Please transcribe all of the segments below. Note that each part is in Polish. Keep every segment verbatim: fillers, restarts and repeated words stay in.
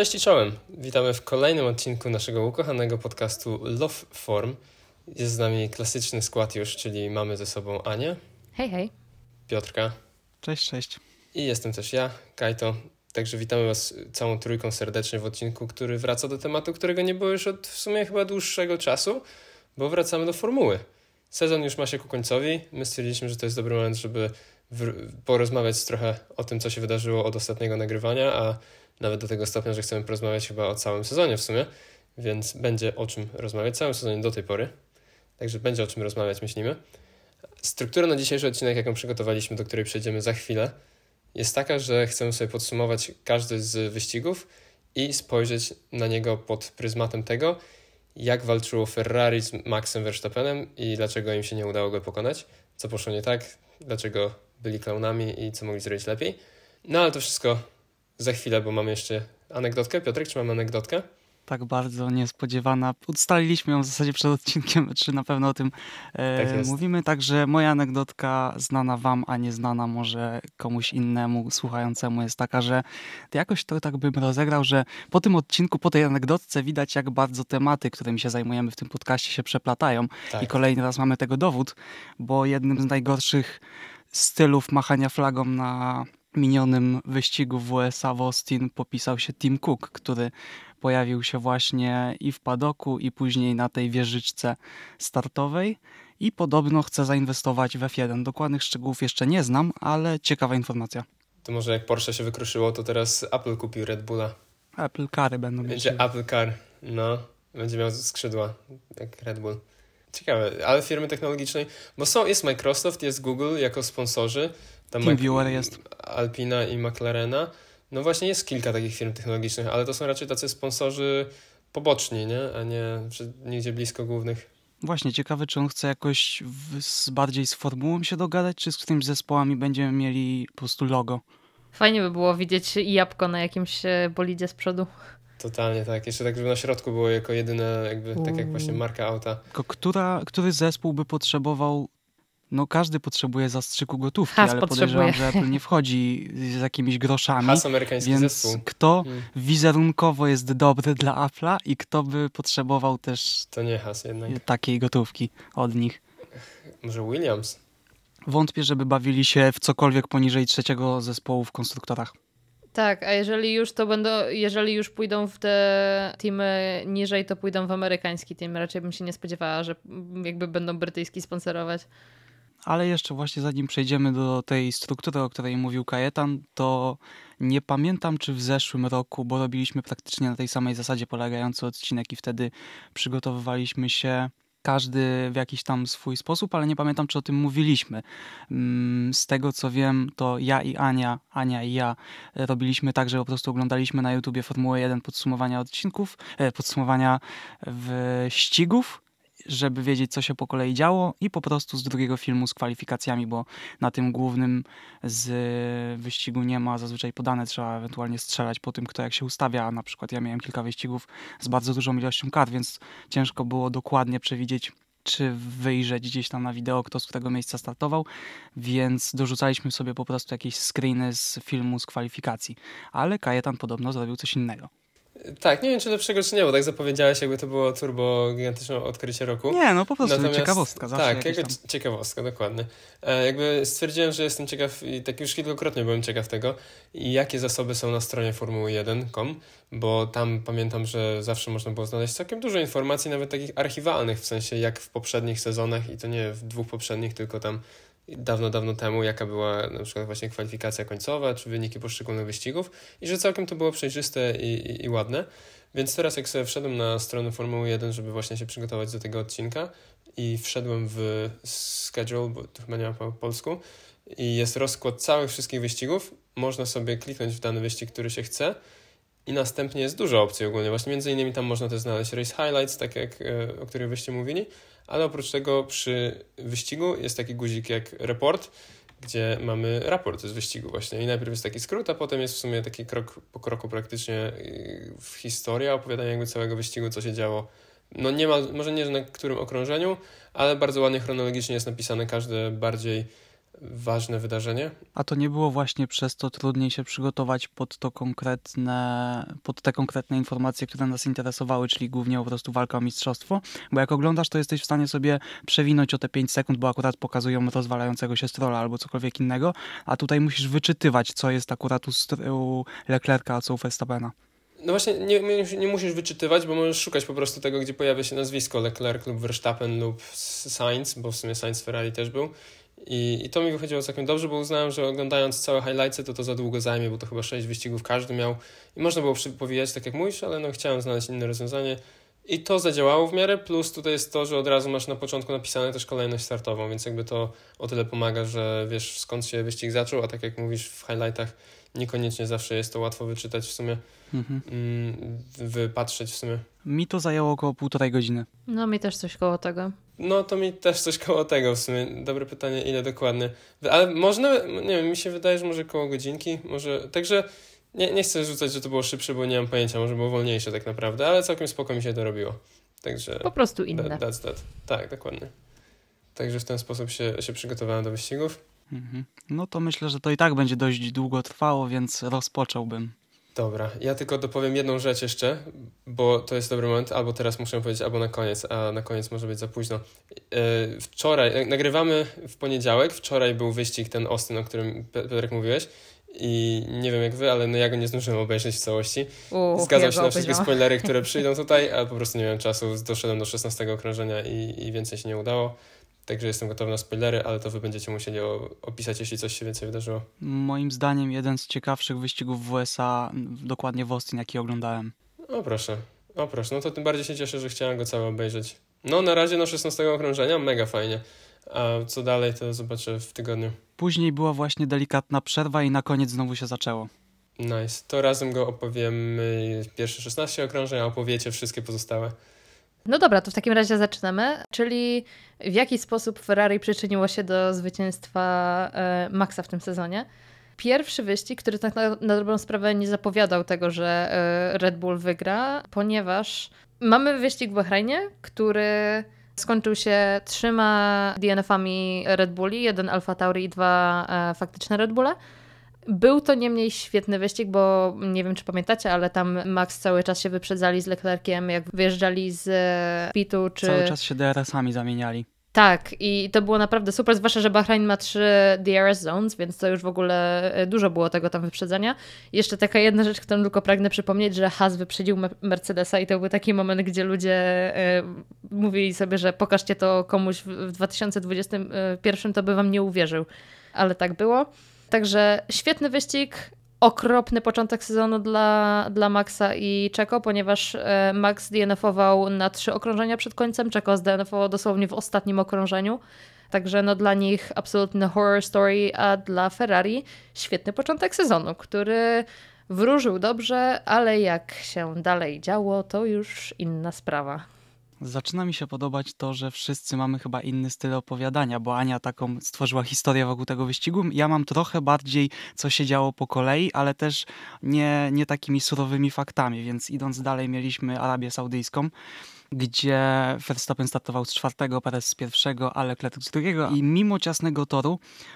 Cześć i czołem. Witamy w kolejnym odcinku naszego ukochanego podcastu Love Form. Jest z nami klasyczny skład już, czyli mamy ze sobą Anię. Hej, hej. Piotrka. Cześć, cześć. I jestem też ja, Kajto. Także witamy Was całą trójką serdecznie w odcinku, który wraca do tematu, którego nie było już od w sumie chyba dłuższego czasu, bo wracamy do formuły. Sezon już ma się ku końcowi. My stwierdziliśmy, że to jest dobry moment, żeby w- porozmawiać trochę o tym, co się wydarzyło od ostatniego nagrywania, a nawet do tego stopnia, że chcemy porozmawiać chyba o całym sezonie w sumie, więc będzie o czym rozmawiać, całym sezonie do tej pory. Także będzie o czym rozmawiać, myślimy. Struktura na dzisiejszy odcinek, jaką przygotowaliśmy, do której przejdziemy za chwilę, jest taka, że chcemy sobie podsumować każdy z wyścigów i spojrzeć na niego pod pryzmatem tego, jak walczyło Ferrari z Maxem Verstappenem i dlaczego im się nie udało go pokonać, co poszło nie tak, dlaczego byli klaunami i co mogli zrobić lepiej. No ale to wszystko za chwilę, bo mamy jeszcze anegdotkę. Piotrek, czy mamy anegdotkę? Tak bardzo niespodziewana. Ustaliliśmy ją w zasadzie przed odcinkiem, czy na pewno o tym e, Tak jest. mówimy. Także moja anegdotka znana wam, a nie znana może komuś innemu słuchającemu jest taka, że jakoś to tak bym rozegrał, że po tym odcinku, po tej anegdotce widać, jak bardzo tematy, którymi się zajmujemy w tym podcaście, się przeplatają. Tak. I kolejny raz mamy tego dowód, bo jednym z najgorszych stylów machania flagą na minionym wyścigu w U S A w Austin popisał się Tim Cook, który pojawił się właśnie i w padoku, i później na tej wieżyczce startowej i podobno chce zainwestować w F jeden. Dokładnych szczegółów jeszcze nie znam, ale ciekawa informacja. To może jak Porsche się wykruszyło, to teraz Apple kupił Red Bulla. Apple Cary będą mieć. Będzie Apple Car, no. Będzie miał skrzydła, jak Red Bull. Ciekawe, ale firmy technologicznej, bo są, jest Microsoft, jest Google jako sponsorzy. Tam TeamViewer jest. Alpina i McLarena. No właśnie jest kilka takich firm technologicznych, ale to są raczej tacy sponsorzy poboczni, nie? A nie że nigdzie blisko głównych. Właśnie, ciekawe, czy on chce jakoś w, z, bardziej z formułą się dogadać, czy z którymi zespołami będziemy mieli po prostu logo. Fajnie by było widzieć jabłko na jakimś bolidzie z przodu. Totalnie tak. Jeszcze tak, żeby na środku było jako jedyne, jakby tak jak właśnie marka auta. Tylko która, który zespół by potrzebował. No każdy potrzebuje zastrzyku gotówki, Has ale potrzebuje. podejrzewam, że Apple nie wchodzi z jakimiś groszami. Has amerykański Więc zespół. kto Hmm. wizerunkowo jest dobry dla Apple'a i kto by potrzebował też To nie Has jednak. takiej gotówki od nich. Może Williams? Wątpię, żeby bawili się w cokolwiek poniżej trzeciego zespołu w konstruktorach. Tak, a jeżeli już to będą, jeżeli już pójdą w te teamy niżej, to pójdą w amerykański team. Raczej bym się nie spodziewała, że jakby będą brytyjski sponsorować. Ale jeszcze właśnie zanim przejdziemy do tej struktury, o której mówił Kajetan, to nie pamiętam, czy w zeszłym roku, bo robiliśmy praktycznie na tej samej zasadzie polegający odcinek i wtedy przygotowywaliśmy się każdy w jakiś tam swój sposób, ale nie pamiętam, czy o tym mówiliśmy. Z tego, co wiem, to ja i Ania, Ania i ja robiliśmy tak, że po prostu oglądaliśmy na YouTubie Formułę jeden podsumowania odcinków, podsumowania wyścigów, żeby wiedzieć, co się po kolei działo i po prostu z drugiego filmu z kwalifikacjami, bo na tym głównym z wyścigu nie ma zazwyczaj podane, trzeba ewentualnie strzelać po tym, kto jak się ustawia, a na przykład ja miałem kilka wyścigów z bardzo dużą ilością kart, więc ciężko było dokładnie przewidzieć, czy wyjrzeć gdzieś tam na wideo, kto z którego miejsca startował, więc dorzucaliśmy sobie po prostu jakieś screeny z filmu z kwalifikacji, ale Kajetan podobno zrobił coś innego. Tak, nie wiem czy lepszego czy nie, bo tak zapowiedziałeś, jakby to było turbo gigantyczne odkrycie roku. Nie, no po prostu Natomiast, ciekawostka. Zawsze tak, jako tam... ciekawostka, dokładnie. E, jakby stwierdziłem, że jestem ciekaw i tak już kilkukrotnie byłem ciekaw tego, jakie zasoby są na stronie formuły jeden kropka com, bo tam pamiętam, że zawsze można było znaleźć całkiem dużo informacji, nawet takich archiwalnych, w sensie jak w poprzednich sezonach i to nie w dwóch poprzednich, tylko tam dawno, dawno temu, jaka była na przykład właśnie kwalifikacja końcowa, czy wyniki poszczególnych wyścigów i że całkiem to było przejrzyste i, i, i ładne. Więc teraz jak sobie wszedłem na stronę Formuły jeden, żeby właśnie się przygotować do tego odcinka i wszedłem w schedule, bo to chyba nie ma po polsku, i jest rozkład całych wszystkich wyścigów, można sobie kliknąć w dany wyścig, który się chce i następnie jest dużo opcji ogólnie. Właśnie między innymi tam można też znaleźć race highlights, tak jak o których byście mówili, ale oprócz tego przy wyścigu jest taki guzik jak report, gdzie mamy raport z wyścigu właśnie i najpierw jest taki skrót, a potem jest w sumie taki krok po kroku praktycznie w historia, opowiadanie jakby całego wyścigu, co się działo. No nie ma, może nie na którym okrążeniu, ale bardzo ładnie chronologicznie jest napisane każde bardziej ważne wydarzenie. A to nie było właśnie przez to trudniej się przygotować pod to konkretne, pod te konkretne informacje, które nas interesowały, czyli głównie po prostu walka o mistrzostwo? Bo jak oglądasz, to jesteś w stanie sobie przewinąć o te pięć sekund, bo akurat pokazują rozwalającego się Strolla albo cokolwiek innego, a tutaj musisz wyczytywać, co jest akurat u, u Leclerca, a co u Verstappena. No właśnie, nie, nie musisz wyczytywać, bo możesz szukać po prostu tego, gdzie pojawia się nazwisko Leclerc lub Verstappen lub Sainz, bo w sumie Sainz Ferrari też był. I, I to mi wychodziło całkiem dobrze, bo uznałem, że oglądając całe highlightsy, to to za długo zajmie, bo to chyba sześć wyścigów każdy miał. I można było powijać tak jak mówisz, ale no chciałem znaleźć inne rozwiązanie. I to zadziałało w miarę, plus tutaj jest to, że od razu masz na początku napisane też kolejność startową, więc jakby to o tyle pomaga, że wiesz skąd się wyścig zaczął, a tak jak mówisz w highlightach, niekoniecznie zawsze jest to łatwo wyczytać w sumie, mhm. mm, wypatrzeć w sumie. Mi to zajęło około półtorej godziny. No mi też coś koło tego. No to mi też coś koło tego w sumie. Dobre pytanie, ile dokładnie. Ale można, nie wiem, mi się wydaje, że może koło godzinki, może, także nie, nie chcę rzucać, że to było szybsze, bo nie mam pojęcia, może było wolniejsze tak naprawdę, ale całkiem spoko mi się to robiło. Także po prostu inne. That, that's that. Tak, dokładnie. Także w ten sposób się, się przygotowałem do wyścigów. Mhm. No to myślę, że to i tak będzie dość długo trwało, więc rozpocząłbym. Dobra, ja tylko dopowiem jedną rzecz jeszcze, bo to jest dobry moment, albo teraz muszę powiedzieć, albo na koniec, a na koniec może być za późno. Yy, wczoraj, nagrywamy w poniedziałek, wczoraj był wyścig ten Austin, o którym Piotrek mówiłeś i nie wiem jak wy, ale no ja go nie zdążyłem obejrzeć w całości. U, Zgadzam ja się na wszystkie spoilery, które przyjdą tutaj, ale po prostu nie miałem czasu, doszedłem do szesnastego okrążenia i, i więcej się nie udało. Także jestem gotowy na spoilery, ale to wy będziecie musieli opisać, jeśli coś się więcej wydarzyło. Moim zdaniem jeden z ciekawszych wyścigów w U S A, dokładnie w Austin, jaki oglądałem. O proszę, o proszę, no to tym bardziej się cieszę, że chciałem go cały obejrzeć. No na razie do szesnastego okrążenia, mega fajnie. A co dalej, to zobaczę w tygodniu. Później była właśnie delikatna przerwa i na koniec znowu się zaczęło. Nice, to razem go opowiemy pierwsze szesnaście okrążeń, a opowiecie wszystkie pozostałe. No dobra, to w takim razie zaczynamy, czyli w jaki sposób Ferrari przyczyniło się do zwycięstwa e, Maxa w tym sezonie. Pierwszy wyścig, który tak na, na dobrą sprawę nie zapowiadał tego, że e, Red Bull wygra, ponieważ mamy wyścig w Bahrajnie, który skończył się trzema D N F-ami Red Bulli, jeden Alfa Tauri i dwa e, faktyczne Red Bulle. Był to niemniej świetny wyścig, bo nie wiem, czy pamiętacie, ale tam Max cały czas się wyprzedzali z Leclerciem, jak wyjeżdżali z pitu, czy... Cały czas się D R S-ami zamieniali. Tak, i to było naprawdę super, zwłaszcza, że Bahrain ma trzy D R S zones, więc to już w ogóle dużo było tego tam wyprzedzenia. I jeszcze taka jedna rzecz, którą tylko pragnę przypomnieć, że Haas wyprzedził Mercedesa i to był taki moment, gdzie ludzie e, mówili sobie, że pokażcie to komuś w dwa tysiące dwudziestym pierwszym, to by wam nie uwierzył. Ale tak było. Także świetny wyścig, okropny początek sezonu dla, dla Maxa i Checo, ponieważ Max D N F-ował na trzy okrążenia przed końcem, Checo Z D N F-ował dosłownie w ostatnim okrążeniu. Także no dla nich absolutny horror story, a dla Ferrari świetny początek sezonu, który wróżył dobrze, ale jak się dalej działo, to już inna sprawa. Zaczyna mi się podobać to, że wszyscy mamy chyba inny styl opowiadania, bo Ania taką stworzyła historię wokół tego wyścigu. Ja mam trochę bardziej, co się działo po kolei, ale też nie, nie takimi surowymi faktami, więc idąc dalej mieliśmy Arabię Saudyjską, gdzie Verstappen startował z czwartego, Perez z pierwszego, a Leclerc z drugiego i mimo ciasnego toru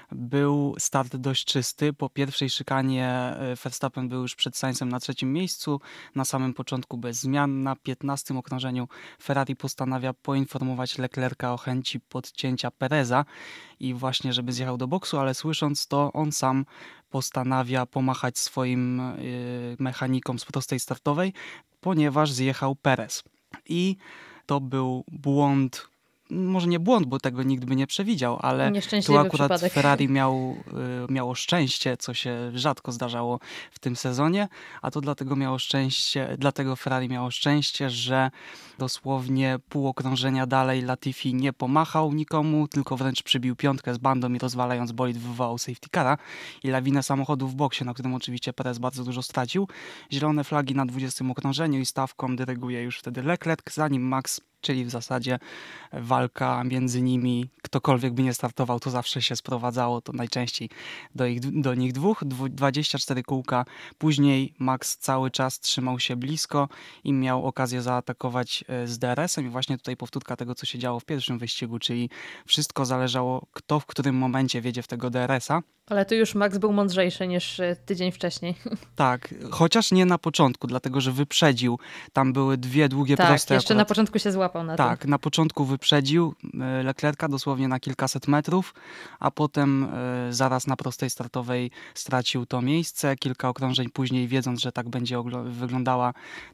był start dość czysty. Po pierwszej szykanie Verstappen był już przed Sainzem na trzecim miejscu, na samym początku bez zmian. Na piętnastym okrążeniu Ferrari postanawia poinformować Leclerca o chęci podcięcia Pereza i właśnie, żeby zjechał do boksu, ale słysząc to, on sam postanawia pomachać swoim yy, mechanikom z prostej startowej, ponieważ zjechał Perez. I to był błąd, może nie błąd, bo tego nikt by nie przewidział, ale tu akurat przypadek. Ferrari miał, y, miało szczęście, co się rzadko zdarzało w tym sezonie, a to dlatego miało szczęście, dlatego Ferrari miało szczęście, że dosłownie pół okrążenia dalej Latifi nie pomachał nikomu, tylko wręcz przybił piątkę z bandą i rozwalając bolid wywołał safety cara i lawinę samochodów w boksie, na którym oczywiście Perez bardzo dużo stracił. Zielone flagi na dwudziestym okrążeniu i stawką dyryguje już wtedy Leclerc, zanim Max czyli w zasadzie walka między nimi, ktokolwiek by nie startował, to zawsze się sprowadzało to najczęściej do, ich, do nich dwóch, dwadzieścia cztery kółka. Później Max cały czas trzymał się blisko i miał okazję zaatakować z D R S-em i właśnie tutaj powtórka tego, co się działo w pierwszym wyścigu, czyli wszystko zależało, kto w którym momencie wjedzie w tego D R S-a. Ale tu już Max był mądrzejszy niż tydzień wcześniej. Tak, chociaż nie na początku, dlatego że wyprzedził. Tam były dwie długie tak, proste. Tak, jeszcze akurat. na początku się złapał na tym. Tak, na początku wyprzedził Leclerca dosłownie na kilkaset metrów, a potem y, zaraz na prostej startowej stracił to miejsce. Kilka okrążeń później, wiedząc, że tak będzie ogl- wyglądała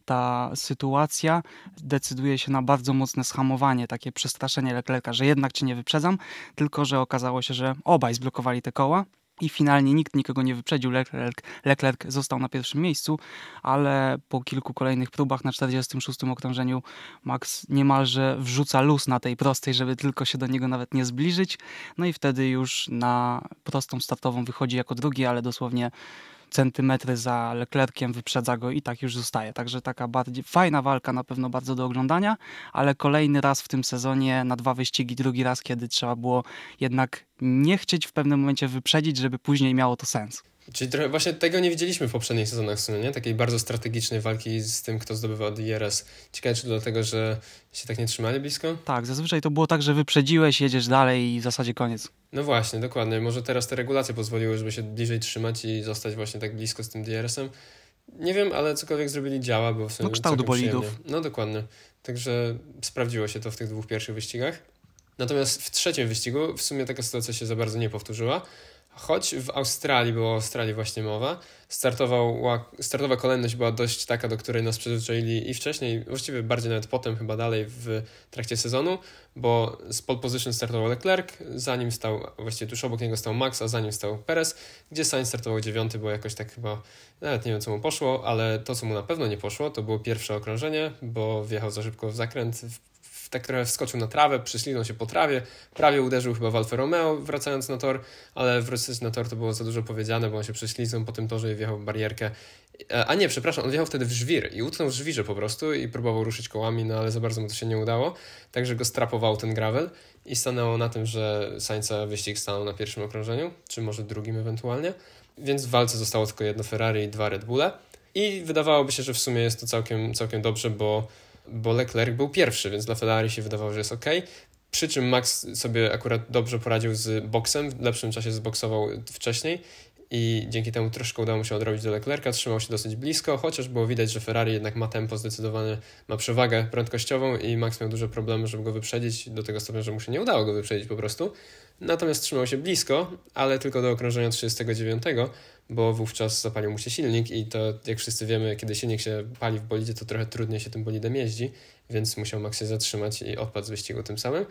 ta sytuacja, decyduje się na bardzo mocne schamowanie, takie przestraszenie Leclerca, że jednak cię nie wyprzedzam, tylko że okazało się, że obaj zblokowali te koła. I finalnie nikt nikogo nie wyprzedził. Leclerc, Leclerc został na pierwszym miejscu, ale po kilku kolejnych próbach na czterdziestym szóstym okrążeniu Max niemalże wrzuca luz na tej prostej, żeby tylko się do niego nawet nie zbliżyć. No i wtedy już na prostą startową wychodzi jako drugi, ale dosłownie centymetry za Leclerciem, wyprzedza go i tak już zostaje. Także taka bardziej fajna walka, na pewno bardzo do oglądania, ale kolejny raz w tym sezonie na dwa wyścigi, drugi raz, kiedy trzeba było jednak nie chcieć w pewnym momencie wyprzedzić, żeby później miało to sens. Czyli trochę właśnie tego nie widzieliśmy w poprzednich sezonach w sumie, nie? Takiej bardzo strategicznej walki z tym, kto zdobywa D R S. Ciekawe, czy dlatego, że się tak nie trzymali blisko? Tak, zazwyczaj to było tak, że wyprzedziłeś, jedziesz dalej i w zasadzie koniec. No właśnie, dokładnie. Może teraz te regulacje pozwoliły, żeby się bliżej trzymać i zostać właśnie tak blisko z tym D R S-em. Nie wiem, ale cokolwiek zrobili działa, bo w sumie no kształt bolidów. Przyjemnie. No dokładnie. Także sprawdziło się to w tych dwóch pierwszych wyścigach. Natomiast w trzecim wyścigu w sumie taka sytuacja się za bardzo nie powtórzyła. Choć w Australii, było o Australii właśnie mowa, startował, startowa kolejność była dość taka, do której nas przyzwyczaili i wcześniej, właściwie bardziej nawet potem, chyba dalej w trakcie sezonu, bo z pole position startował Leclerc, za nim stał, właściwie tuż obok niego stał Max, a za nim stał Perez, gdzie Sainz startował dziewiąty, bo jakoś tak chyba, nawet nie wiem co mu poszło, ale to co mu na pewno nie poszło, to było pierwsze okrążenie, bo wjechał za szybko w zakręt, w tak trochę wskoczył na trawę, przyśliznął się po trawie, prawie uderzył chyba w Alfa Romeo wracając na tor, ale wracając na tor to było za dużo powiedziane, bo on się przyśliznął po tym torze i wjechał w barierkę. A nie, przepraszam, on wjechał wtedy w żwir i utknął w żwirze po prostu i próbował ruszyć kołami, no ale za bardzo mu to się nie udało, także go strapował ten gravel i stanęło na tym, że Sainza wyścig stanął na pierwszym okrążeniu, czy może drugim ewentualnie, więc w walce zostało tylko jedno Ferrari i dwa Red Bulle i wydawałoby się, że w sumie jest to całkiem, całkiem dobrze, bo bo Leclerc był pierwszy, więc dla Ferrari się wydawało, że jest ok. Przy czym Max sobie akurat dobrze poradził z boksem, w lepszym czasie zboksował wcześniej i dzięki temu troszkę udało mu się odrobić do Leclerca, trzymał się dosyć blisko, chociaż było widać, że Ferrari jednak ma tempo zdecydowanie, ma przewagę prędkościową i Max miał duże problemy, żeby go wyprzedzić, do tego stopnia, że mu się nie udało go wyprzedzić po prostu. Natomiast trzymał się blisko, ale tylko do okrążenia trzydziestego dziewiątego, bo wówczas zapalił mu się silnik i to, jak wszyscy wiemy, kiedy silnik się pali w bolidzie, to trochę trudniej się tym bolidem jeździ, więc musiał Max się zatrzymać i odpadł z wyścigu tym samym,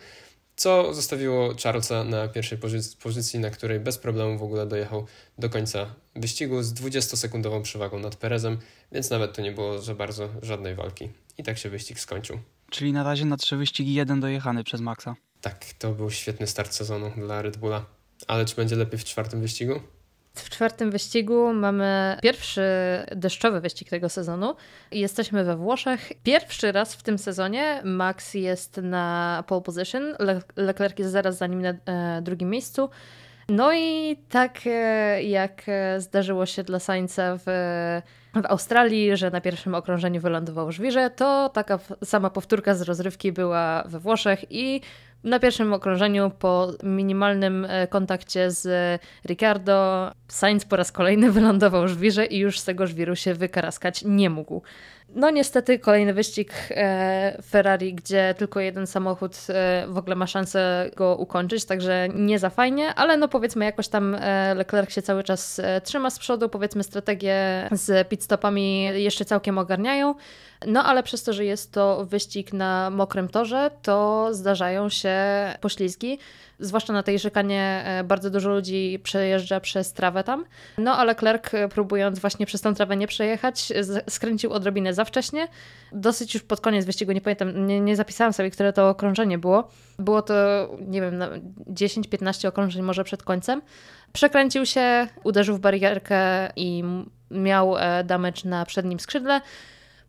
co zostawiło Charlesa na pierwszej pozy- pozycji, na której bez problemu w ogóle dojechał do końca wyścigu z dwudziestosekundową przewagą nad Perezem, więc nawet tu nie było za bardzo żadnej walki. I tak się wyścig skończył. Czyli na razie na trzy wyścigi jeden dojechany przez Maxa. Tak, to był świetny start sezonu dla Red Bulla. Ale czy będzie lepiej w czwartym wyścigu? W czwartym wyścigu mamy pierwszy deszczowy wyścig tego sezonu i jesteśmy we Włoszech. Pierwszy raz w tym sezonie Max jest na pole position, Le- Leclerc jest zaraz za nim na e, drugim miejscu. No i tak e, jak zdarzyło się dla Sainza w, w Australii, że na pierwszym okrążeniu wylądował w żwirze, to taka sama powtórka z rozrywki była we Włoszech i na pierwszym okrążeniu po minimalnym kontakcie z Ricciardo Sainz po raz kolejny wylądował w żwirze i już z tego żwiru się wykaraskać nie mógł. No niestety kolejny wyścig e, Ferrari, gdzie tylko jeden samochód e, w ogóle ma szansę go ukończyć, także nie za fajnie, ale no powiedzmy jakoś tam e, Leclerc się cały czas e, trzyma z przodu, powiedzmy strategię z pitstopami jeszcze całkiem ogarniają, no ale przez to, że jest to wyścig na mokrym torze, to zdarzają się poślizgi, zwłaszcza na tej szykanie bardzo dużo ludzi przejeżdża przez trawę tam. No a Leclerc, próbując właśnie przez tą trawę nie przejechać, skręcił odrobinę za wcześnie. Dosyć już pod koniec wyścigu, nie pamiętam, nie, nie zapisałam sobie, które to okrążenie było. Było to, nie wiem, dziesięć piętnaście okrążeń może przed końcem. Przekręcił się, uderzył w barierkę i miał damage na przednim skrzydle.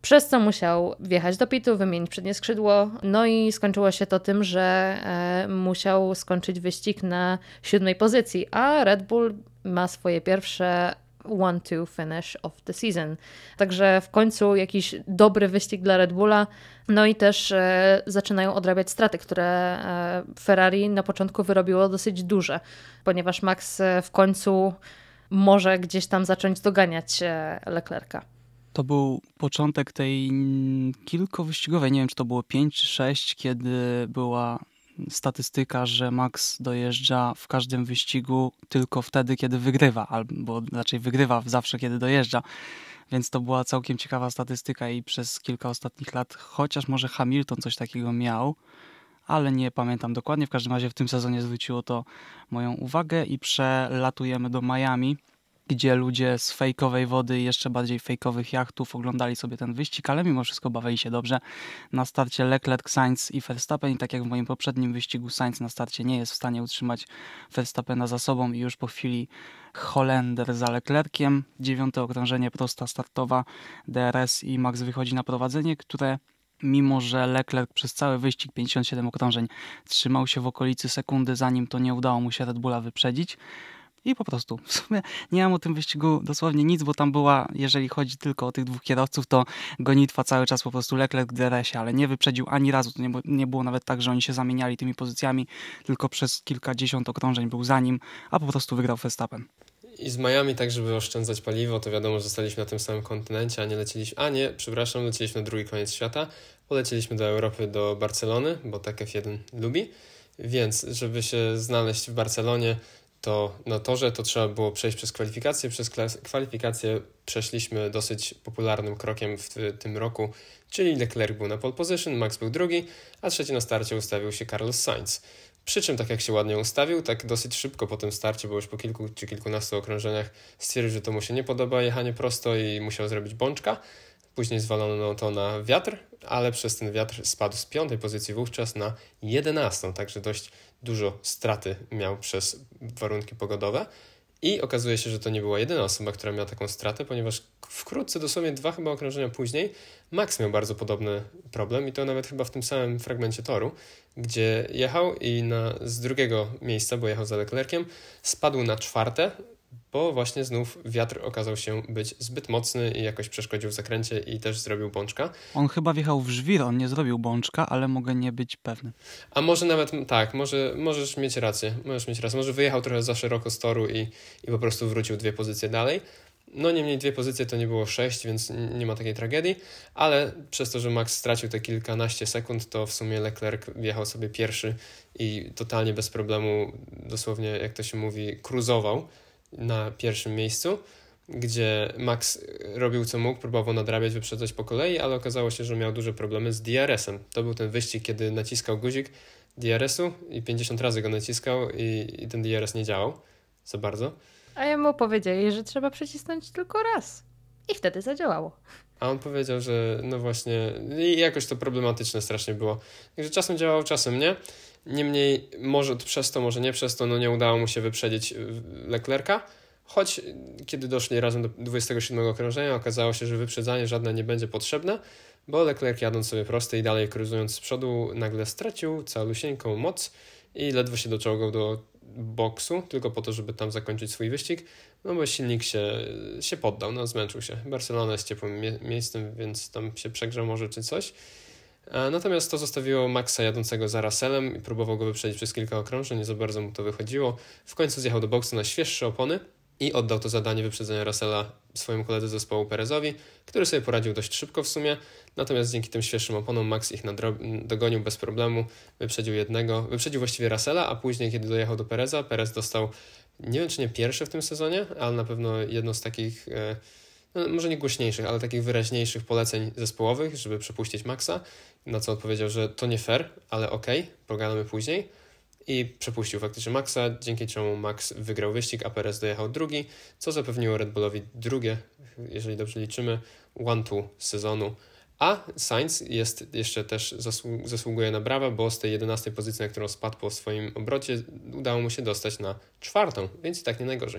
przez co musiał wjechać do pitu, wymienić przednie skrzydło, no i skończyło się to tym, że e, musiał skończyć wyścig na siódmej pozycji, a Red Bull ma swoje pierwsze one two finish of the season. Także w końcu jakiś dobry wyścig dla Red Bulla, no i też e, zaczynają odrabiać straty, które e, Ferrari na początku wyrobiło dosyć duże, ponieważ Max e, w końcu może gdzieś tam zacząć doganiać e, Leclerca. To był początek tej kilkowyścigowej, nie wiem czy to było pięć czy sześć, kiedy była statystyka, że Max dojeżdża w każdym wyścigu tylko wtedy, kiedy wygrywa, albo raczej wygrywa zawsze, kiedy dojeżdża. Więc to była całkiem ciekawa statystyka i przez kilka ostatnich lat, chociaż może Hamilton coś takiego miał, ale nie pamiętam dokładnie. W każdym razie w tym sezonie zwróciło to moją uwagę i przelatujemy do Miami, gdzie ludzie z fejkowej wody i jeszcze bardziej fejkowych jachtów oglądali sobie ten wyścig, ale mimo wszystko bawili się dobrze. Na starcie Leclerc, Sainz i Verstappen i tak jak w moim poprzednim wyścigu Sainz na starcie nie jest w stanie utrzymać Verstappena za sobą i już po chwili Holender za Leclerciem. Dziewiąte okrążenie, prosta startowa, D R S i Max wychodzi na prowadzenie, które mimo że Leclerc przez cały wyścig pięćdziesiąt siedem okrążeń trzymał się w okolicy sekundy, zanim to nie udało mu się Red Bulla wyprzedzić. I po prostu, w sumie nie mam o tym wyścigu dosłownie nic, bo tam była, jeżeli chodzi tylko o tych dwóch kierowców, to gonitwa cały czas po prostu Leclerc w D R S ie, ale nie wyprzedził ani razu. To nie, nie było nawet tak, że oni się zamieniali tymi pozycjami, tylko przez kilkadziesiąt okrążeń był za nim, a po prostu wygrał Verstappen. I z Miami, tak żeby oszczędzać paliwo, to wiadomo, że zostaliśmy na tym samym kontynencie, a nie leciliśmy, a nie, przepraszam, leciliśmy na drugi koniec świata, poleciliśmy do Europy, do Barcelony, bo tak F jeden lubi, więc żeby się znaleźć w Barcelonie, to na torze to trzeba było przejść przez kwalifikacje. Przez kwalifikacje przeszliśmy dosyć popularnym krokiem w tym roku, czyli Leclerc był na pole position, Max był drugi, a trzeci na starcie ustawił się Carlos Sainz. Przy czym tak jak się ładnie ustawił, tak dosyć szybko po tym starcie, bo już po kilku czy kilkunastu okrążeniach stwierdził, że to mu się nie podoba jechanie prosto i musiał zrobić bączka. Później zwalono to na wiatr, ale przez ten wiatr spadł z piątej pozycji wówczas na jedenastą, także dość dużo straty miał przez warunki pogodowe. I okazuje się, że to nie była jedyna osoba, która miała taką stratę, ponieważ wkrótce, dosłownie dwa chyba okrążenia później, Max miał bardzo podobny problem i to nawet chyba w tym samym fragmencie toru, gdzie jechał i na, z drugiego miejsca, bo jechał za Leclerciem, spadł na czwarte, bo właśnie znów wiatr okazał się być zbyt mocny i jakoś przeszkodził w zakręcie i też zrobił bączka. On chyba wjechał w żwir, on nie zrobił bączka, ale mogę nie być pewny. A może nawet, tak, może, możesz mieć rację, możesz mieć rację, może wyjechał trochę za szeroko z toru i, i po prostu wrócił dwie pozycje dalej. No niemniej dwie pozycje to nie było sześć, więc nie ma takiej tragedii, ale przez to, że Max stracił te kilkanaście sekund, to w sumie Leclerc wjechał sobie pierwszy i totalnie bez problemu, dosłownie jak to się mówi, cruzował na pierwszym miejscu, gdzie Max robił co mógł, próbował nadrabiać, wyprzedzać po kolei, ale okazało się, że miał duże problemy z D R S em. To był ten wyścig, kiedy naciskał guzik D R es u i pięćdziesiąt razy go naciskał i, i ten D R S nie działał za bardzo. A jemu powiedzieli, że trzeba przycisnąć tylko raz. I wtedy zadziałało. A on powiedział, że no właśnie i jakoś to problematyczne strasznie było. Także czasem działało, czasem nie. Niemniej może przez to, może nie przez to, no nie udało mu się wyprzedzić Leclerca, choć kiedy doszli razem do dwudziestego siódmego okrążenia, okazało się, że wyprzedzanie żadne nie będzie potrzebne, bo Leclerc jadąc sobie prosto i dalej cruzując z przodu nagle stracił calusieńką moc i ledwo się doczołgał do boksu, tylko po to, żeby tam zakończyć swój wyścig, no bo silnik się, się poddał, no zmęczył się. Barcelona jest ciepłym mie- miejscem, więc tam się przegrzał może czy coś. Natomiast to zostawiło Maxa jadącego za Russellem i próbował go wyprzedzić przez kilka okrążeń, nie za bardzo mu to wychodziło. W końcu zjechał do boksu na świeższe opony i oddał to zadanie wyprzedzenia Russella swojemu koledze z zespołu Perezowi, który sobie poradził dość szybko w sumie. Natomiast dzięki tym świeższym oponom Max ich nadro- dogonił bez problemu, wyprzedził jednego, wyprzedził właściwie Russella, a później kiedy dojechał do Pereza, Perez dostał, nie wiem czy nie pierwszy w tym sezonie, ale na pewno jedno z takich... E, no, może nie głośniejszych, ale takich wyraźniejszych poleceń zespołowych, żeby przepuścić Maxa, na co odpowiedział, że to nie fair, ale okej, okay, pogadamy później i przepuścił faktycznie Maxa, dzięki czemu Max wygrał wyścig, a Perez dojechał drugi, co zapewniło Red Bullowi drugie, jeżeli dobrze liczymy, one-two sezonu. A Sainz jest jeszcze też zasłu- zasługuje na brawa, bo z tej jedenastej pozycji, na którą spadł po swoim obrocie, udało mu się dostać na czwartą, więc i tak nie najgorzej.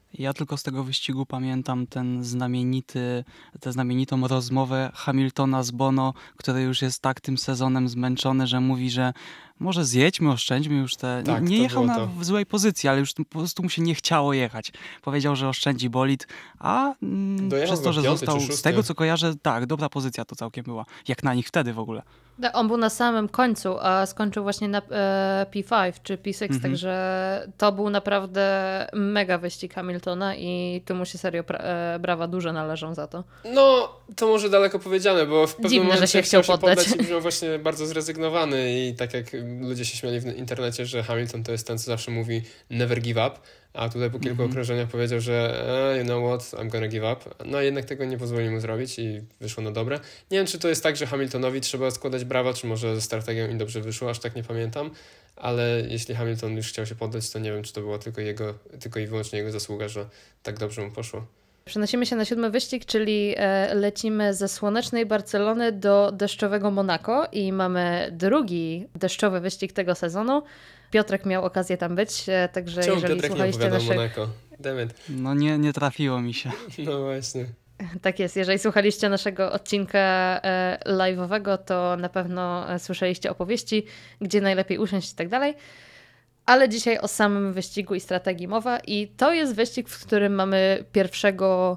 Ja tylko z tego wyścigu pamiętam ten znamienity, tę znamienitą rozmowę Hamiltona z Bono, który już jest tak tym sezonem zmęczony, że mówi, że może zjedźmy, oszczędźmy już te... Tak, nie to jechał było na, to. w złej pozycji, ale już po prostu mu się nie chciało jechać. Powiedział, że oszczędzi bolid, a mm, Dojechał przez to, chyba że piąty został, czy z szósty. tego co kojarzę, tak, dobra pozycja to całkiem była. Jak na nich wtedy w ogóle. Da- On był na samym końcu, a skończył właśnie na e, P pięć czy P sześć, Mhm. także to był naprawdę mega wyścig Hamiltona i tu mu się serio pra- e, brawa duże należą za to. No, to może daleko powiedziane, bo w pewnym Dziwne, że momencie się chciał się poddać. poddać i brzmiał właśnie bardzo zrezygnowany i tak jak ludzie się śmiali w internecie, że Hamilton to jest ten, co zawsze mówi never give up, a tutaj po kilku Mhm. okrążeniach powiedział, że e, you know what, I'm gonna give up. No jednak tego nie pozwoli mu zrobić i wyszło na dobre. Nie wiem, czy to jest tak, że Hamiltonowi trzeba składać brawa, czy może ze strategią im dobrze wyszło, aż tak nie pamiętam, ale jeśli Hamilton już chciał się poddać, to nie wiem, czy to była tylko jego, tylko i wyłącznie jego zasługa, że tak dobrze mu poszło. Przenosimy się na siódmy wyścig, czyli e, lecimy ze słonecznej Barcelony do deszczowego Monako i mamy drugi deszczowy wyścig tego sezonu. Piotrek miał okazję tam być, e, także Czemu jeżeli Piotrek nie słuchaliście opowiadał naszych... Monako? Dammit. No nie, nie trafiło mi się. No właśnie. Tak jest, jeżeli słuchaliście naszego odcinka e, live'owego, to na pewno e, słyszeliście opowieści, gdzie najlepiej usiąść i tak dalej. Ale dzisiaj o samym wyścigu i strategii mowa i to jest wyścig, w którym mamy pierwszego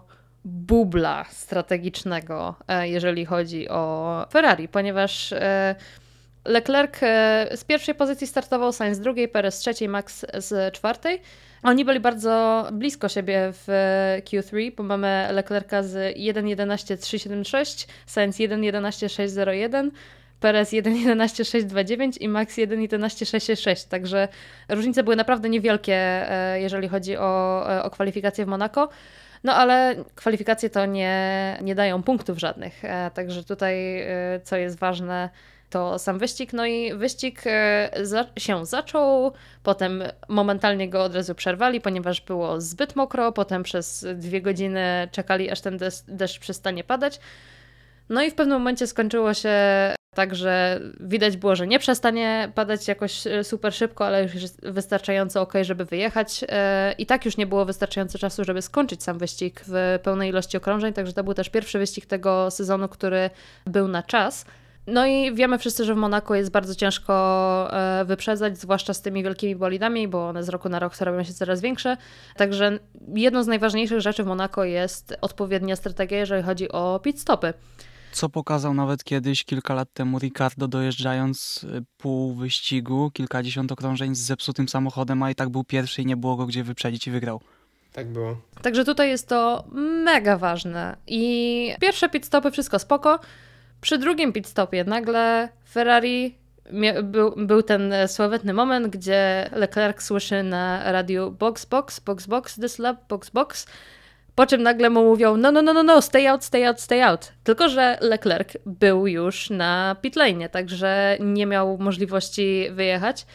bubla strategicznego, e, jeżeli chodzi o Ferrari, ponieważ e, Leclerc e, z pierwszej pozycji startował, Sainz z drugiej, Perez z trzeciej, Max z czwartej. Oni byli bardzo blisko siebie w Q trzy, bo mamy Leclerca z jeden jedenaście trzysta siedemdziesiąt sześć, Sainz jeden jedenaście sześćset jeden, Perez jeden jedenaście sześćset dwadzieścia dziewięć i Max jeden jedenaście sześćset sześć, także różnice były naprawdę niewielkie, e, jeżeli chodzi o, e, o kwalifikacje w Monako. No ale kwalifikacje to nie, nie dają punktów żadnych, e, także tutaj e, co jest ważne, to sam wyścig. No i wyścig e, za, się zaczął, potem momentalnie go od razu przerwali, ponieważ było zbyt mokro, potem przez dwie godziny czekali, aż ten deszcz, deszcz przestanie padać. No i w pewnym momencie skończyło się tak, że widać było, że nie przestanie padać jakoś super szybko, ale już jest wystarczająco ok, żeby wyjechać. I tak już nie było wystarczająco czasu, żeby skończyć sam wyścig w pełnej ilości okrążeń, także to był też pierwszy wyścig tego sezonu, który był na czas. No i wiemy wszyscy, że w Monako jest bardzo ciężko wyprzedzać, zwłaszcza z tymi wielkimi bolidami, bo one z roku na rok robią się coraz większe. Także jedną z najważniejszych rzeczy w Monako jest odpowiednia strategia, jeżeli chodzi o pit stopy. Co pokazał nawet kiedyś, kilka lat temu, Ricardo dojeżdżając pół wyścigu, kilkadziesiąt okrążeń z zepsutym samochodem, a i tak był pierwszy i nie było go gdzie wyprzedzić i wygrał. Tak było. Także tutaj jest to mega ważne. I pierwsze pit stopy, wszystko spoko. Przy drugim pit stopie nagle Ferrari, był, był ten sławetny moment, gdzie Leclerc słyszy na radiu box, box, box, box, this lap, box, box. Po czym nagle mu mówią, no, no, no, no, no, stay out, stay out, stay out. Tylko że Leclerc był już na pit lane, także nie miał możliwości wyjechać.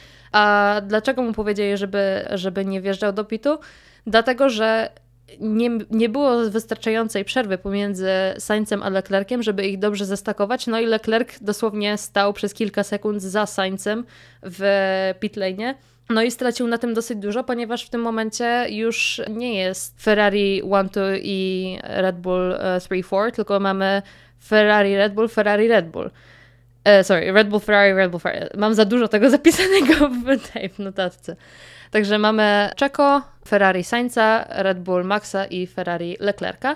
A dlaczego mu powiedzieli, żeby, żeby nie wjeżdżał do pitu? Dlatego, że nie, nie było wystarczającej przerwy pomiędzy Sainzem a Leclerciem, żeby ich dobrze zestakować. No i Leclerc dosłownie stał przez kilka sekund za Sainzem w pit lane'ie. No i stracił na tym dosyć dużo, ponieważ w tym momencie już nie jest Ferrari jeden dwa i Red Bull trzy cztery, tylko mamy Ferrari, Red Bull, Ferrari, Red Bull. E, sorry, Red Bull, Ferrari, Red Bull, Ferrari. Mam za dużo tego zapisanego w tej notatce. Także mamy Checo, Ferrari Sainza, Red Bull Maxa i Ferrari Leclerca.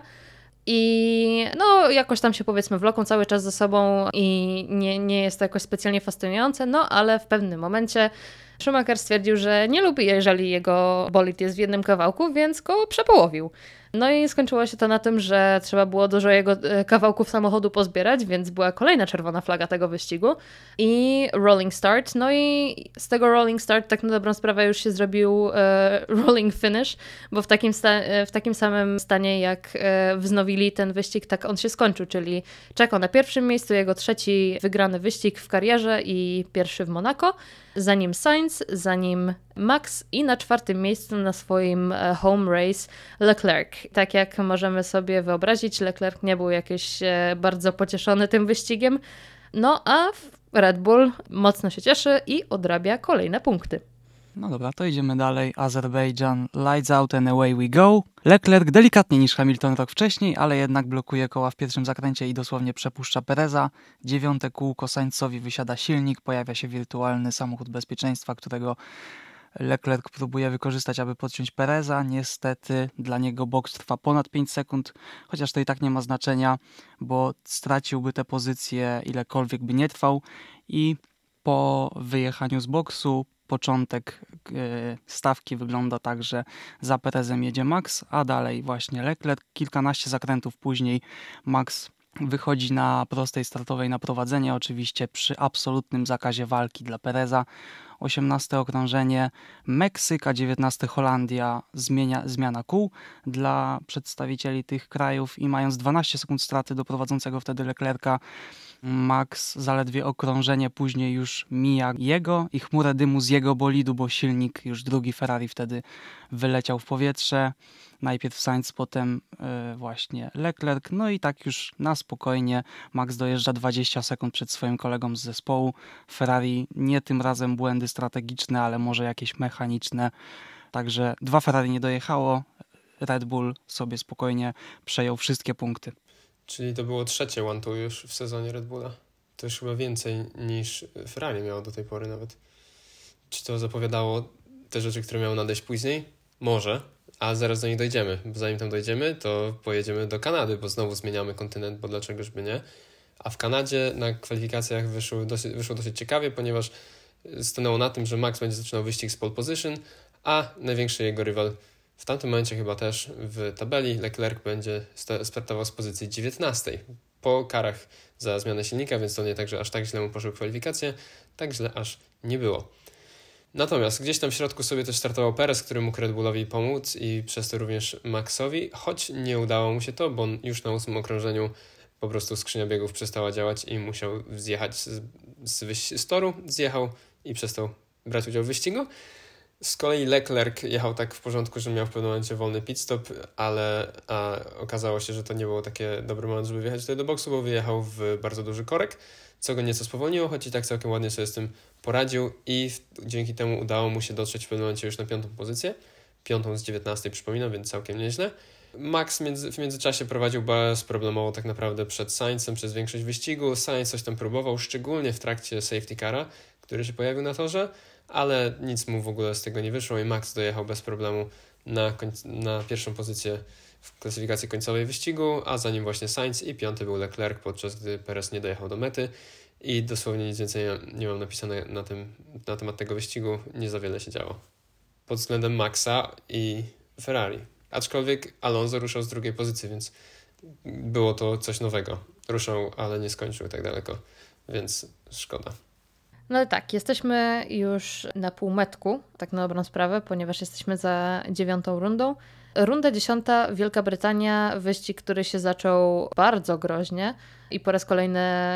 I no jakoś tam się powiedzmy wloką cały czas ze sobą i nie, nie jest to jakoś specjalnie fascynujące, no ale w pewnym momencie Schumacher stwierdził, że nie lubi, jeżeli jego bolid jest w jednym kawałku, więc go przepołowił. No i skończyło się to na tym, że trzeba było dużo jego kawałków samochodu pozbierać, więc była kolejna czerwona flaga tego wyścigu i rolling start. No i z tego rolling start tak na dobrą sprawę już się zrobił e, rolling finish, bo w takim, sta- w takim samym stanie jak e, wznowili ten wyścig, tak on się skończył, czyli Checo na pierwszym miejscu, jego trzeci wygrany wyścig w karierze i pierwszy w Monako, za nim Sainz, za nim Max i na czwartym miejscu na swoim home race Leclerc. Tak jak możemy sobie wyobrazić, Leclerc nie był jakiś bardzo pocieszony tym wyścigiem, no a Red Bull mocno się cieszy i odrabia kolejne punkty. No dobra, to idziemy dalej. Azerbejdżan, lights out and away we go. Leclerc delikatniej niż Hamilton rok wcześniej, ale jednak blokuje koła w pierwszym zakręcie i dosłownie przepuszcza Pereza. Dziewiąte kółko, Sainzowi wysiada silnik, pojawia się wirtualny samochód bezpieczeństwa, którego Leclerc próbuje wykorzystać, aby podciąć Pereza. Niestety dla niego boks trwa ponad pięć sekund, chociaż to i tak nie ma znaczenia, bo straciłby tę pozycję ilekolwiek by nie trwał i po wyjechaniu z boksu początek yy, stawki wygląda tak, że za Perezem jedzie Max, a dalej właśnie Leclerc. Kilkanaście zakrętów później Max wychodzi na prostej startowej na prowadzenie, oczywiście przy absolutnym zakazie walki dla Pereza. osiemnaste okrążenie Meksyk, a dziewiętnaste Holandia, zmienia, zmiana kół dla przedstawicieli tych krajów i mając dwanaście sekund straty do prowadzącego wtedy Leclerca, Max zaledwie okrążenie później już mija jego i chmurę dymu z jego bolidu, bo silnik już drugi Ferrari wtedy wyleciał w powietrze. Najpierw Sainz, potem yy, właśnie Leclerc. No i tak już na spokojnie Max dojeżdża dwadzieścia sekund przed swoim kolegą z zespołu. Ferrari nie tym razem błędy strategiczne, ale może jakieś mechaniczne. Także dwa Ferrari nie dojechało. Red Bull sobie spokojnie przejął wszystkie punkty. Czyli to było trzecie one-two już w sezonie Red Bulla. To już chyba więcej niż Ferrari miało do tej pory nawet. Czy to zapowiadało te rzeczy, które miały nadejść później? Może, a zaraz do nich dojdziemy. Bo zanim tam dojdziemy, to pojedziemy do Kanady, bo znowu zmieniamy kontynent, bo dlaczegożby nie. A w Kanadzie na kwalifikacjach wyszło dosyć, wyszło dosyć ciekawie, ponieważ stanęło na tym, że Max będzie zaczynał wyścig z pole position, a największy jego rywal w tamtym momencie chyba też w tabeli Leclerc będzie startował z pozycji dziewiętnastej po karach za zmianę silnika, więc to nie tak, że aż tak źle mu poszły kwalifikacje, tak źle aż nie było. Natomiast gdzieś tam w środku sobie też startował Perez, który mógł Red Bullowi pomóc i przez to również Maxowi, choć nie udało mu się to, bo on już na ósmym okrążeniu po prostu skrzynia biegów przestała działać i musiał zjechać z, z, z toru, zjechał i przestał brać udział w wyścigu. Z kolei Leclerc jechał tak w porządku, że miał w pewnym momencie wolny pit stop, ale a okazało się, że to nie było takie dobry moment, żeby wjechać tutaj do boksu, bo wyjechał w bardzo duży korek, co go nieco spowolniło, choć i tak całkiem ładnie sobie z tym poradził i w, dzięki temu udało mu się dotrzeć w pewnym momencie już na piątą pozycję, piątą z dziewiętnastej przypominam, więc całkiem nieźle. Max między, w międzyczasie prowadził bezproblemowo tak naprawdę przed Sainzem przez większość wyścigu. Sainz coś tam próbował, szczególnie w trakcie safety cara, który się pojawił na torze, ale nic mu w ogóle z tego nie wyszło i Max dojechał bez problemu na, końc- na pierwszą pozycję w klasyfikacji końcowej wyścigu, a za nim właśnie Sainz i piąty był Leclerc, podczas gdy Perez nie dojechał do mety i dosłownie nic więcej nie, nie mam napisane na, tym, na temat tego wyścigu, nie za wiele się działo pod względem Maxa i Ferrari. Aczkolwiek Alonso ruszał z drugiej pozycji, więc było to coś nowego. Ruszał, ale nie skończył tak daleko, więc szkoda. No ale tak, jesteśmy już na półmetku, tak na dobrą sprawę, ponieważ jesteśmy za dziewiątą rundą. Runda dziesiąta, Wielka Brytania, wyścig, który się zaczął bardzo groźnie i po raz kolejny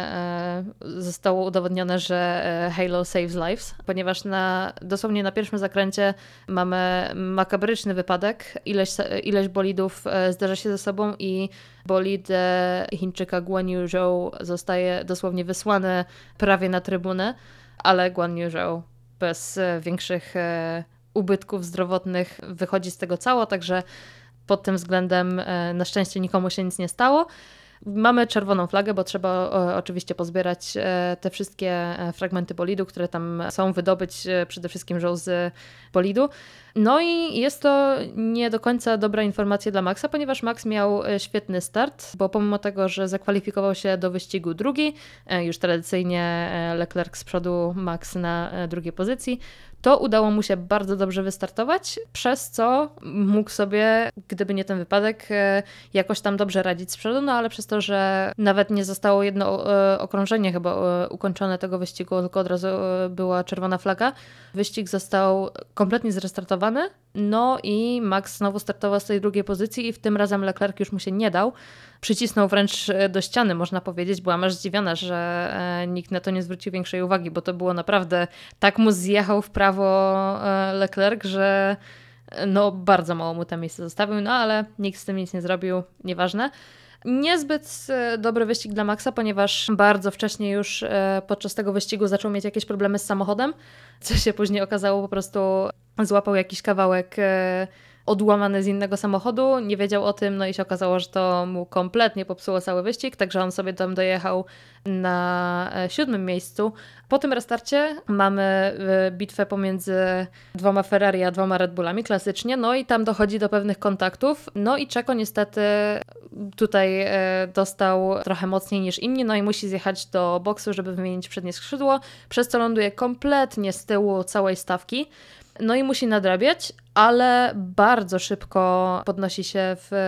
e, zostało udowodnione, że e, Halo saves lives, ponieważ na, dosłownie na pierwszym zakręcie mamy makabryczny wypadek, ileś, ileś bolidów e, zderza się ze sobą i bolid e, Chińczyka Guan Yu Zhou zostaje dosłownie wysłany prawie na trybunę, ale Guan Yu Zhou bez e, większych e, ubytków zdrowotnych wychodzi z tego cało, także pod tym względem e, na szczęście nikomu się nic nie stało. Mamy czerwoną flagę, bo trzeba o, oczywiście pozbierać e, te wszystkie e, fragmenty bolidu, które tam są, wydobyć e, przede wszystkim żoł z bolidu. No i jest to nie do końca dobra informacja dla Maxa, ponieważ Max miał e, świetny start, bo pomimo tego, że zakwalifikował się do wyścigu drugi, e, już tradycyjnie e, Leclerc z przodu, Max na e, drugiej pozycji, to udało mu się bardzo dobrze wystartować, przez co mógł sobie, gdyby nie ten wypadek, jakoś tam dobrze radzić z przodu, no ale przez to, że nawet nie zostało jedno okrążenie chyba ukończone tego wyścigu, tylko od razu była czerwona flaga, wyścig został kompletnie zrestartowany, no i Max znowu startował z tej drugiej pozycji i w tym razem Leclerc już mu się nie dał. Przycisnął wręcz do ściany, można powiedzieć. Byłam aż zdziwiona, że nikt na to nie zwrócił większej uwagi, bo to było naprawdę, tak mu zjechał w prawo Leclerc, że no bardzo mało mu tam miejsca zostawił, no ale nikt z tym nic nie zrobił, nieważne. Niezbyt e, dobry wyścig dla Maxa, ponieważ bardzo wcześnie już e, podczas tego wyścigu zaczął mieć jakieś problemy z samochodem, co się później okazało, po prostu złapał jakiś kawałek e, odłamany z innego samochodu, nie wiedział o tym, no i się okazało, że to mu kompletnie popsuło cały wyścig, także on sobie tam dojechał na e, siódmym miejscu. Po tym restarcie mamy e, bitwę pomiędzy dwoma Ferrari a dwoma Red Bullami, klasycznie, no i tam dochodzi do pewnych kontaktów, no i Checo niestety tutaj e, dostał trochę mocniej niż inni, no i musi zjechać do boksu, żeby wymienić przednie skrzydło, przez co ląduje kompletnie z tyłu całej stawki. No i musi nadrabiać, ale bardzo szybko podnosi się w,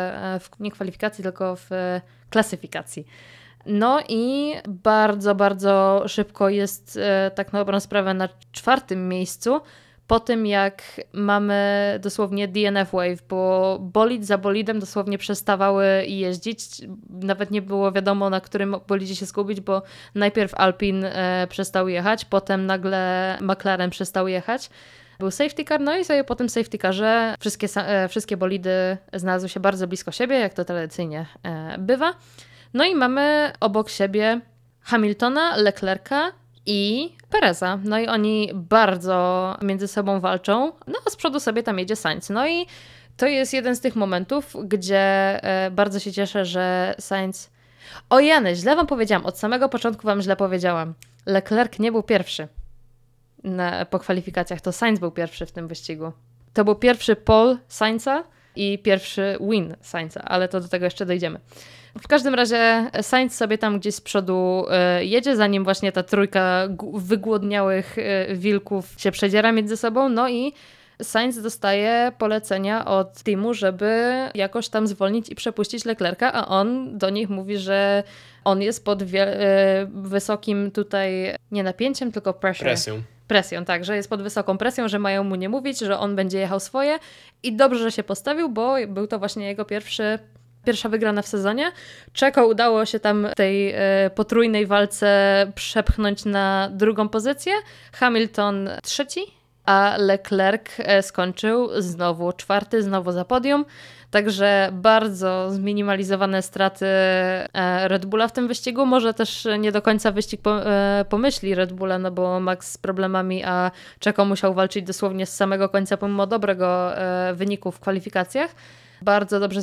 w nie kwalifikacji, tylko w klasyfikacji. No i bardzo, bardzo szybko jest tak na dobrą sprawę na czwartym miejscu, po tym jak mamy dosłownie D N F wave, bo bolid za bolidem dosłownie przestawały jeździć. Nawet nie było wiadomo, na którym bolidzie się skupić, bo najpierw Alpine e, przestał jechać, potem nagle McLaren przestał jechać. Był safety car, no i sobie po tym safety carze wszystkie, e, wszystkie bolidy znalazły się bardzo blisko siebie, jak to tradycyjnie e, bywa. No i mamy obok siebie Hamiltona, Leclerca i Pereza. No i oni bardzo między sobą walczą, no a z przodu sobie tam jedzie Sainz. No i to jest jeden z tych momentów, gdzie e, bardzo się cieszę, że Sainz... O Jany, źle wam powiedziałam, od samego początku wam źle powiedziałam. Leclerc nie był pierwszy na, po kwalifikacjach, to Sainz był pierwszy w tym wyścigu. To był pierwszy pole Sainza i pierwszy win Sainza, ale to do tego jeszcze dojdziemy. W każdym razie Sainz sobie tam gdzieś z przodu y, jedzie, zanim właśnie ta trójka g- wygłodniałych y, wilków się przedziera między sobą, no i Sainz dostaje polecenia od teamu, żeby jakoś tam zwolnić i przepuścić Leclerca, a on do nich mówi, że on jest pod wie- y, wysokim tutaj nie napięciem, tylko pressure. Presją. Presją, tak, że jest pod wysoką presją, że mają mu nie mówić, że on będzie jechał swoje i dobrze, że się postawił, bo był to właśnie jego pierwszy Pierwsza wygrana w sezonie. Checo udało się tam w tej e, potrójnej walce przepchnąć na drugą pozycję. Hamilton trzeci, a Leclerc e, skończył znowu czwarty, znowu za podium. Także bardzo zminimalizowane straty e, Red Bulla w tym wyścigu. Może też nie do końca wyścig po, e, pomyśli Red Bulla, no bo Max z problemami, a Checo musiał walczyć dosłownie z samego końca pomimo dobrego e, wyniku w kwalifikacjach. Bardzo dobrze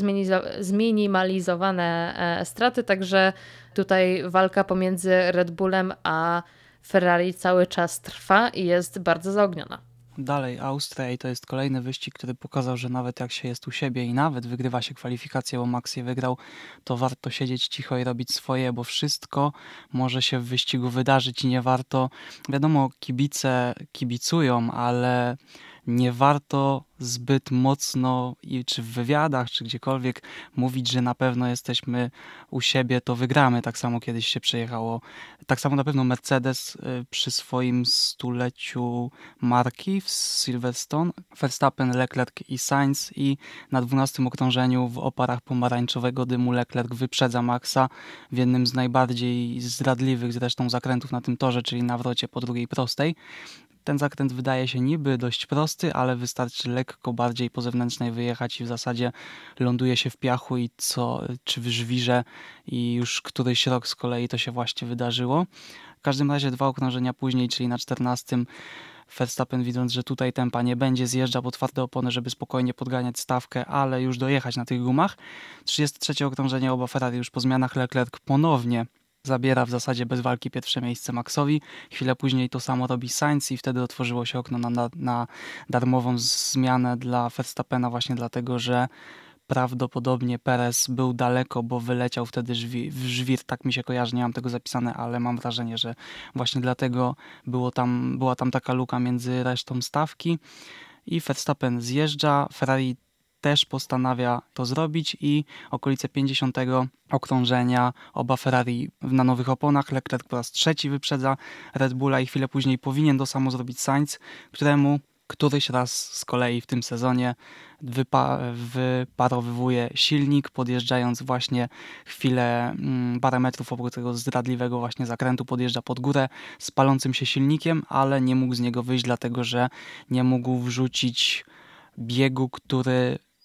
zminimalizowane e, straty, także tutaj walka pomiędzy Red Bullem a Ferrari cały czas trwa i jest bardzo zaogniona. Dalej Austria i to jest kolejny wyścig, który pokazał, że nawet jak się jest u siebie i nawet wygrywa się kwalifikację, bo Max je wygrał, to warto siedzieć cicho i robić swoje, bo wszystko może się w wyścigu wydarzyć i nie warto, wiadomo, kibice kibicują, ale nie warto zbyt mocno, i czy w wywiadach, czy gdziekolwiek mówić, że na pewno jesteśmy u siebie, to wygramy. Tak samo kiedyś się przejechało. Tak samo na pewno Mercedes przy swoim stuleciu marki w Silverstone, Verstappen, Leclerc i Sainz, i na dwunastym okrążeniu w oparach pomarańczowego dymu Leclerc wyprzedza Maxa w jednym z najbardziej zdradliwych zresztą zakrętów na tym torze, czyli nawrocie po drugiej prostej. Ten zakręt wydaje się niby dość prosty, ale wystarczy lekko bardziej po zewnętrznej wyjechać i w zasadzie ląduje się w piachu i co, czy w żwirze, i już któryś rok z kolei to się właśnie wydarzyło. W każdym razie dwa okrążenia później, czyli na czternastym, Verstappen, widząc, że tutaj tempa nie będzie, zjeżdża po twarde opony, żeby spokojnie podganiać stawkę, ale już dojechać na tych gumach. trzydzieste trzecie okrążenie, oba Ferrari już po zmianach, Leclerc ponownie zabiera w zasadzie bez walki pierwsze miejsce Maxowi. Chwilę później to samo robi Sainz i wtedy otworzyło się okno na, na darmową zmianę dla Verstappena, właśnie dlatego, że prawdopodobnie Perez był daleko, bo wyleciał wtedy żwi- w żwir, tak mi się kojarzy, nie mam tego zapisane, ale mam wrażenie, że właśnie dlatego było tam, była tam taka luka między resztą stawki i Verstappen zjeżdża, Ferrari też postanawia to zrobić i okolice pięćdziesiątego okrążenia oba Ferrari na nowych oponach. Leclerc po raz trzeci wyprzedza Red Bulla i chwilę później powinien to samo zrobić Sainz, któremu któryś raz z kolei w tym sezonie wypa- wyparowywuje silnik, podjeżdżając właśnie chwilę, parę metrów obok tego zdradliwego właśnie zakrętu, podjeżdża pod górę z palącym się silnikiem, ale nie mógł z niego wyjść, dlatego że nie mógł wrzucić biegu, który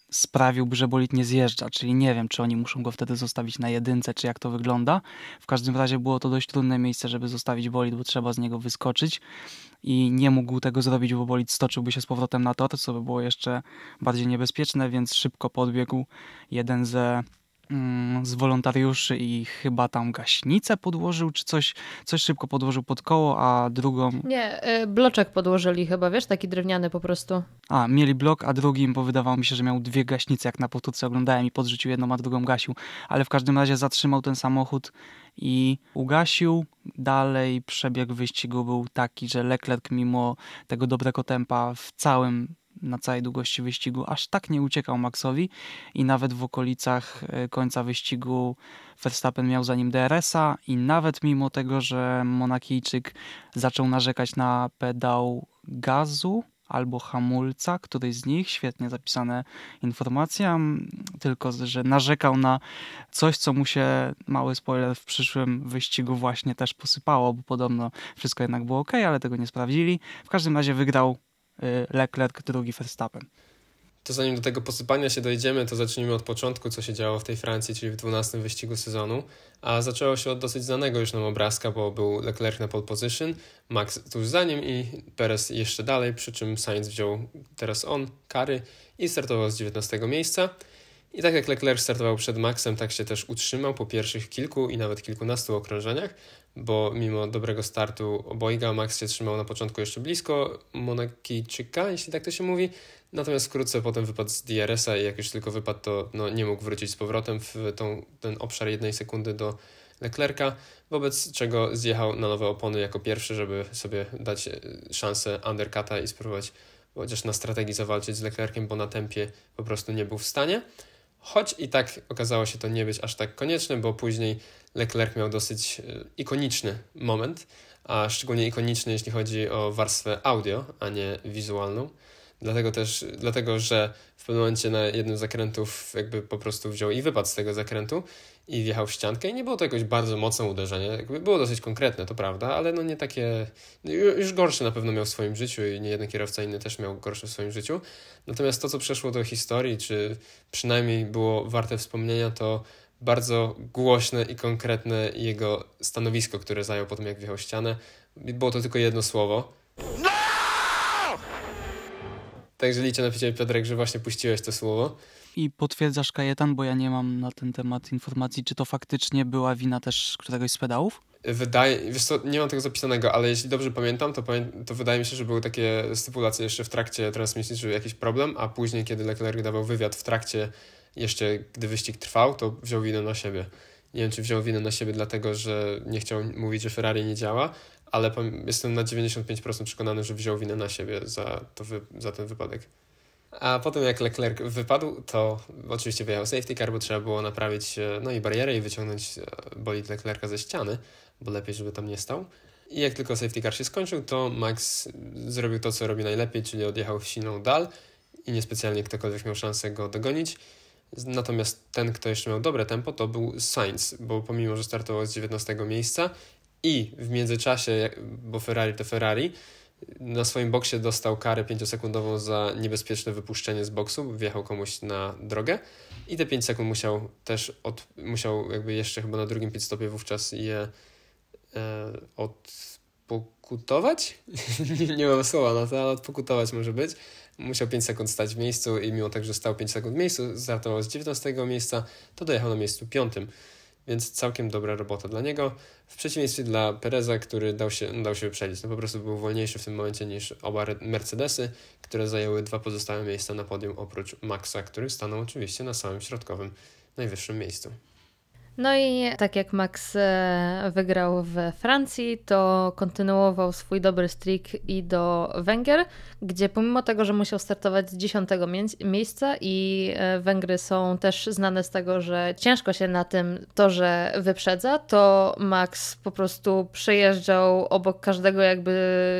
sprawiłby, że bolid nie zjeżdża, czyli nie wiem, czy oni muszą go wtedy zostawić na jedynce, czy jak to wygląda. W każdym razie było to dość trudne miejsce, żeby zostawić bolid, bo trzeba z niego wyskoczyć i nie mógł tego zrobić, bo bolid stoczyłby się z powrotem na tor, co by było jeszcze bardziej niebezpieczne, więc szybko podbiegł jeden ze z wolontariuszy i chyba tam gaśnicę podłożył, czy coś, coś szybko podłożył pod koło, a drugą... Nie, y, bloczek podłożyli chyba, wiesz, taki drewniany po prostu. A, mieli blok, a drugim, bo wydawało mi się, że miał dwie gaśnice, jak na powtórce oglądałem i podrzucił jedną, a drugą gasił. Ale w każdym razie zatrzymał ten samochód i ugasił. Dalej przebieg wyścigu był taki, że Leclerc mimo tego dobrego tempa w całym na całej długości wyścigu aż tak nie uciekał Maxowi i nawet w okolicach końca wyścigu Verstappen miał za nim D R S-a i nawet mimo tego, że Monakijczyk zaczął narzekać na pedał gazu albo hamulca, któryś z nich, świetnie zapisane informacja, tylko że narzekał na coś, co mu się, mały spoiler, w przyszłym wyścigu właśnie też posypało, bo podobno wszystko jednak było ok, ale tego nie sprawdzili. W każdym razie wygrał Leclerc, drugi Verstappen. To zanim do tego posypania się dojdziemy, to zacznijmy od początku, co się działo w tej Francji, czyli w dwunastym wyścigu sezonu. A zaczęło się od dosyć znanego już nam obrazka, bo był Leclerc na pole position, Max tuż za nim i Perez jeszcze dalej, przy czym Sainz wziął teraz on kary i startował z dziewiętnastego miejsca. I tak jak Leclerc startował przed Maxem, tak się też utrzymał po pierwszych kilku i nawet kilkunastu okrążeniach, bo mimo dobrego startu obojga Max się trzymał na początku jeszcze blisko Monakijczyka, jeśli tak to się mówi, natomiast wkrótce potem wypadł z D R S-a i jak już tylko wypadł, to no, nie mógł wrócić z powrotem w tą, ten obszar jednej sekundy do Leclerca, wobec czego zjechał na nowe opony jako pierwszy, żeby sobie dać szansę undercuta i spróbować chociaż na strategii zawalczyć z Leclerciem, bo na tempie po prostu nie był w stanie. Choć i tak okazało się to nie być aż tak konieczne, bo później Leclerc miał dosyć ikoniczny moment, a szczególnie ikoniczny, jeśli chodzi o warstwę audio, a nie wizualną. Dlatego też, dlatego że w pewnym momencie na jednym z zakrętów jakby po prostu wziął i wypadł z tego zakrętu i wjechał w ściankę i nie było to jakoś bardzo mocne uderzenie. Jakby było dosyć konkretne, to prawda, ale no nie takie... Już gorsze na pewno miał w swoim życiu i nie jeden kierowca inny też miał gorsze w swoim życiu. Natomiast to, co przeszło do historii, czy przynajmniej było warte wspomnienia, to bardzo głośne i konkretne jego stanowisko, które zajął po tym, jak wjechał w ścianę. Było to tylko jedno słowo. No! Także liczę na ciebie, Piotrek, że właśnie puściłeś to słowo. I potwierdzasz, Kajetan, bo ja nie mam na ten temat informacji, czy to faktycznie była wina też któregoś z pedałów? Wydaje, wiesz co, nie mam tego zapisanego, ale jeśli dobrze pamiętam, to, pamię- to wydaje mi się, że były takie stipulacje jeszcze w trakcie transmisji, że jakiś problem, a później, kiedy Leclerc dawał wywiad w trakcie, jeszcze gdy wyścig trwał, to wziął winę na siebie. Nie wiem, czy wziął winę na siebie dlatego, że nie chciał mówić, że Ferrari nie działa, ale jestem na dziewięćdziesiąt pięć procent przekonany, że wziął winę na siebie za, to wy- za ten wypadek. A potem jak Leclerc wypadł, to oczywiście wyjechał safety car, bo trzeba było naprawić no i barierę i wyciągnąć bolid Leclerca ze ściany, bo lepiej, żeby tam nie stał. I jak tylko safety car się skończył, to Max zrobił to, co robi najlepiej, czyli odjechał w silną dal i niespecjalnie ktokolwiek miał szansę go dogonić. Natomiast ten, kto jeszcze miał dobre tempo, to był Sainz, bo pomimo, że startował z dziewiętnastego miejsca i w międzyczasie, bo Ferrari to Ferrari, na swoim boksie dostał karę pięciosekundową za niebezpieczne wypuszczenie z boksu, wjechał komuś na drogę i te pięć sekund musiał też, od, musiał jakby jeszcze chyba na drugim pit stopie wówczas je e, odpokutować? nie, nie mam słowa na to, ale odpokutować może być. Musiał pięć sekund stać w miejscu i mimo tak, że stał pięć sekund w miejscu, startował z dziewiętnastego miejsca, to dojechał na miejscu piątym. Więc całkiem dobra robota dla niego. W przeciwieństwie dla Pereza, który dał się, dał się wyprzedzić. No po prostu był wolniejszy w tym momencie niż oba Mercedesy, które zajęły dwa pozostałe miejsca na podium oprócz Maxa, który stanął oczywiście na samym środkowym, najwyższym miejscu. No i tak jak Max wygrał we Francji, to kontynuował swój dobry streak i do Węgier, gdzie pomimo tego, że musiał startować z dziesiątego mie- miejsca i Węgry są też znane z tego, że ciężko się na tym torze wyprzedza, to Max po prostu przejeżdżał obok każdego jakby...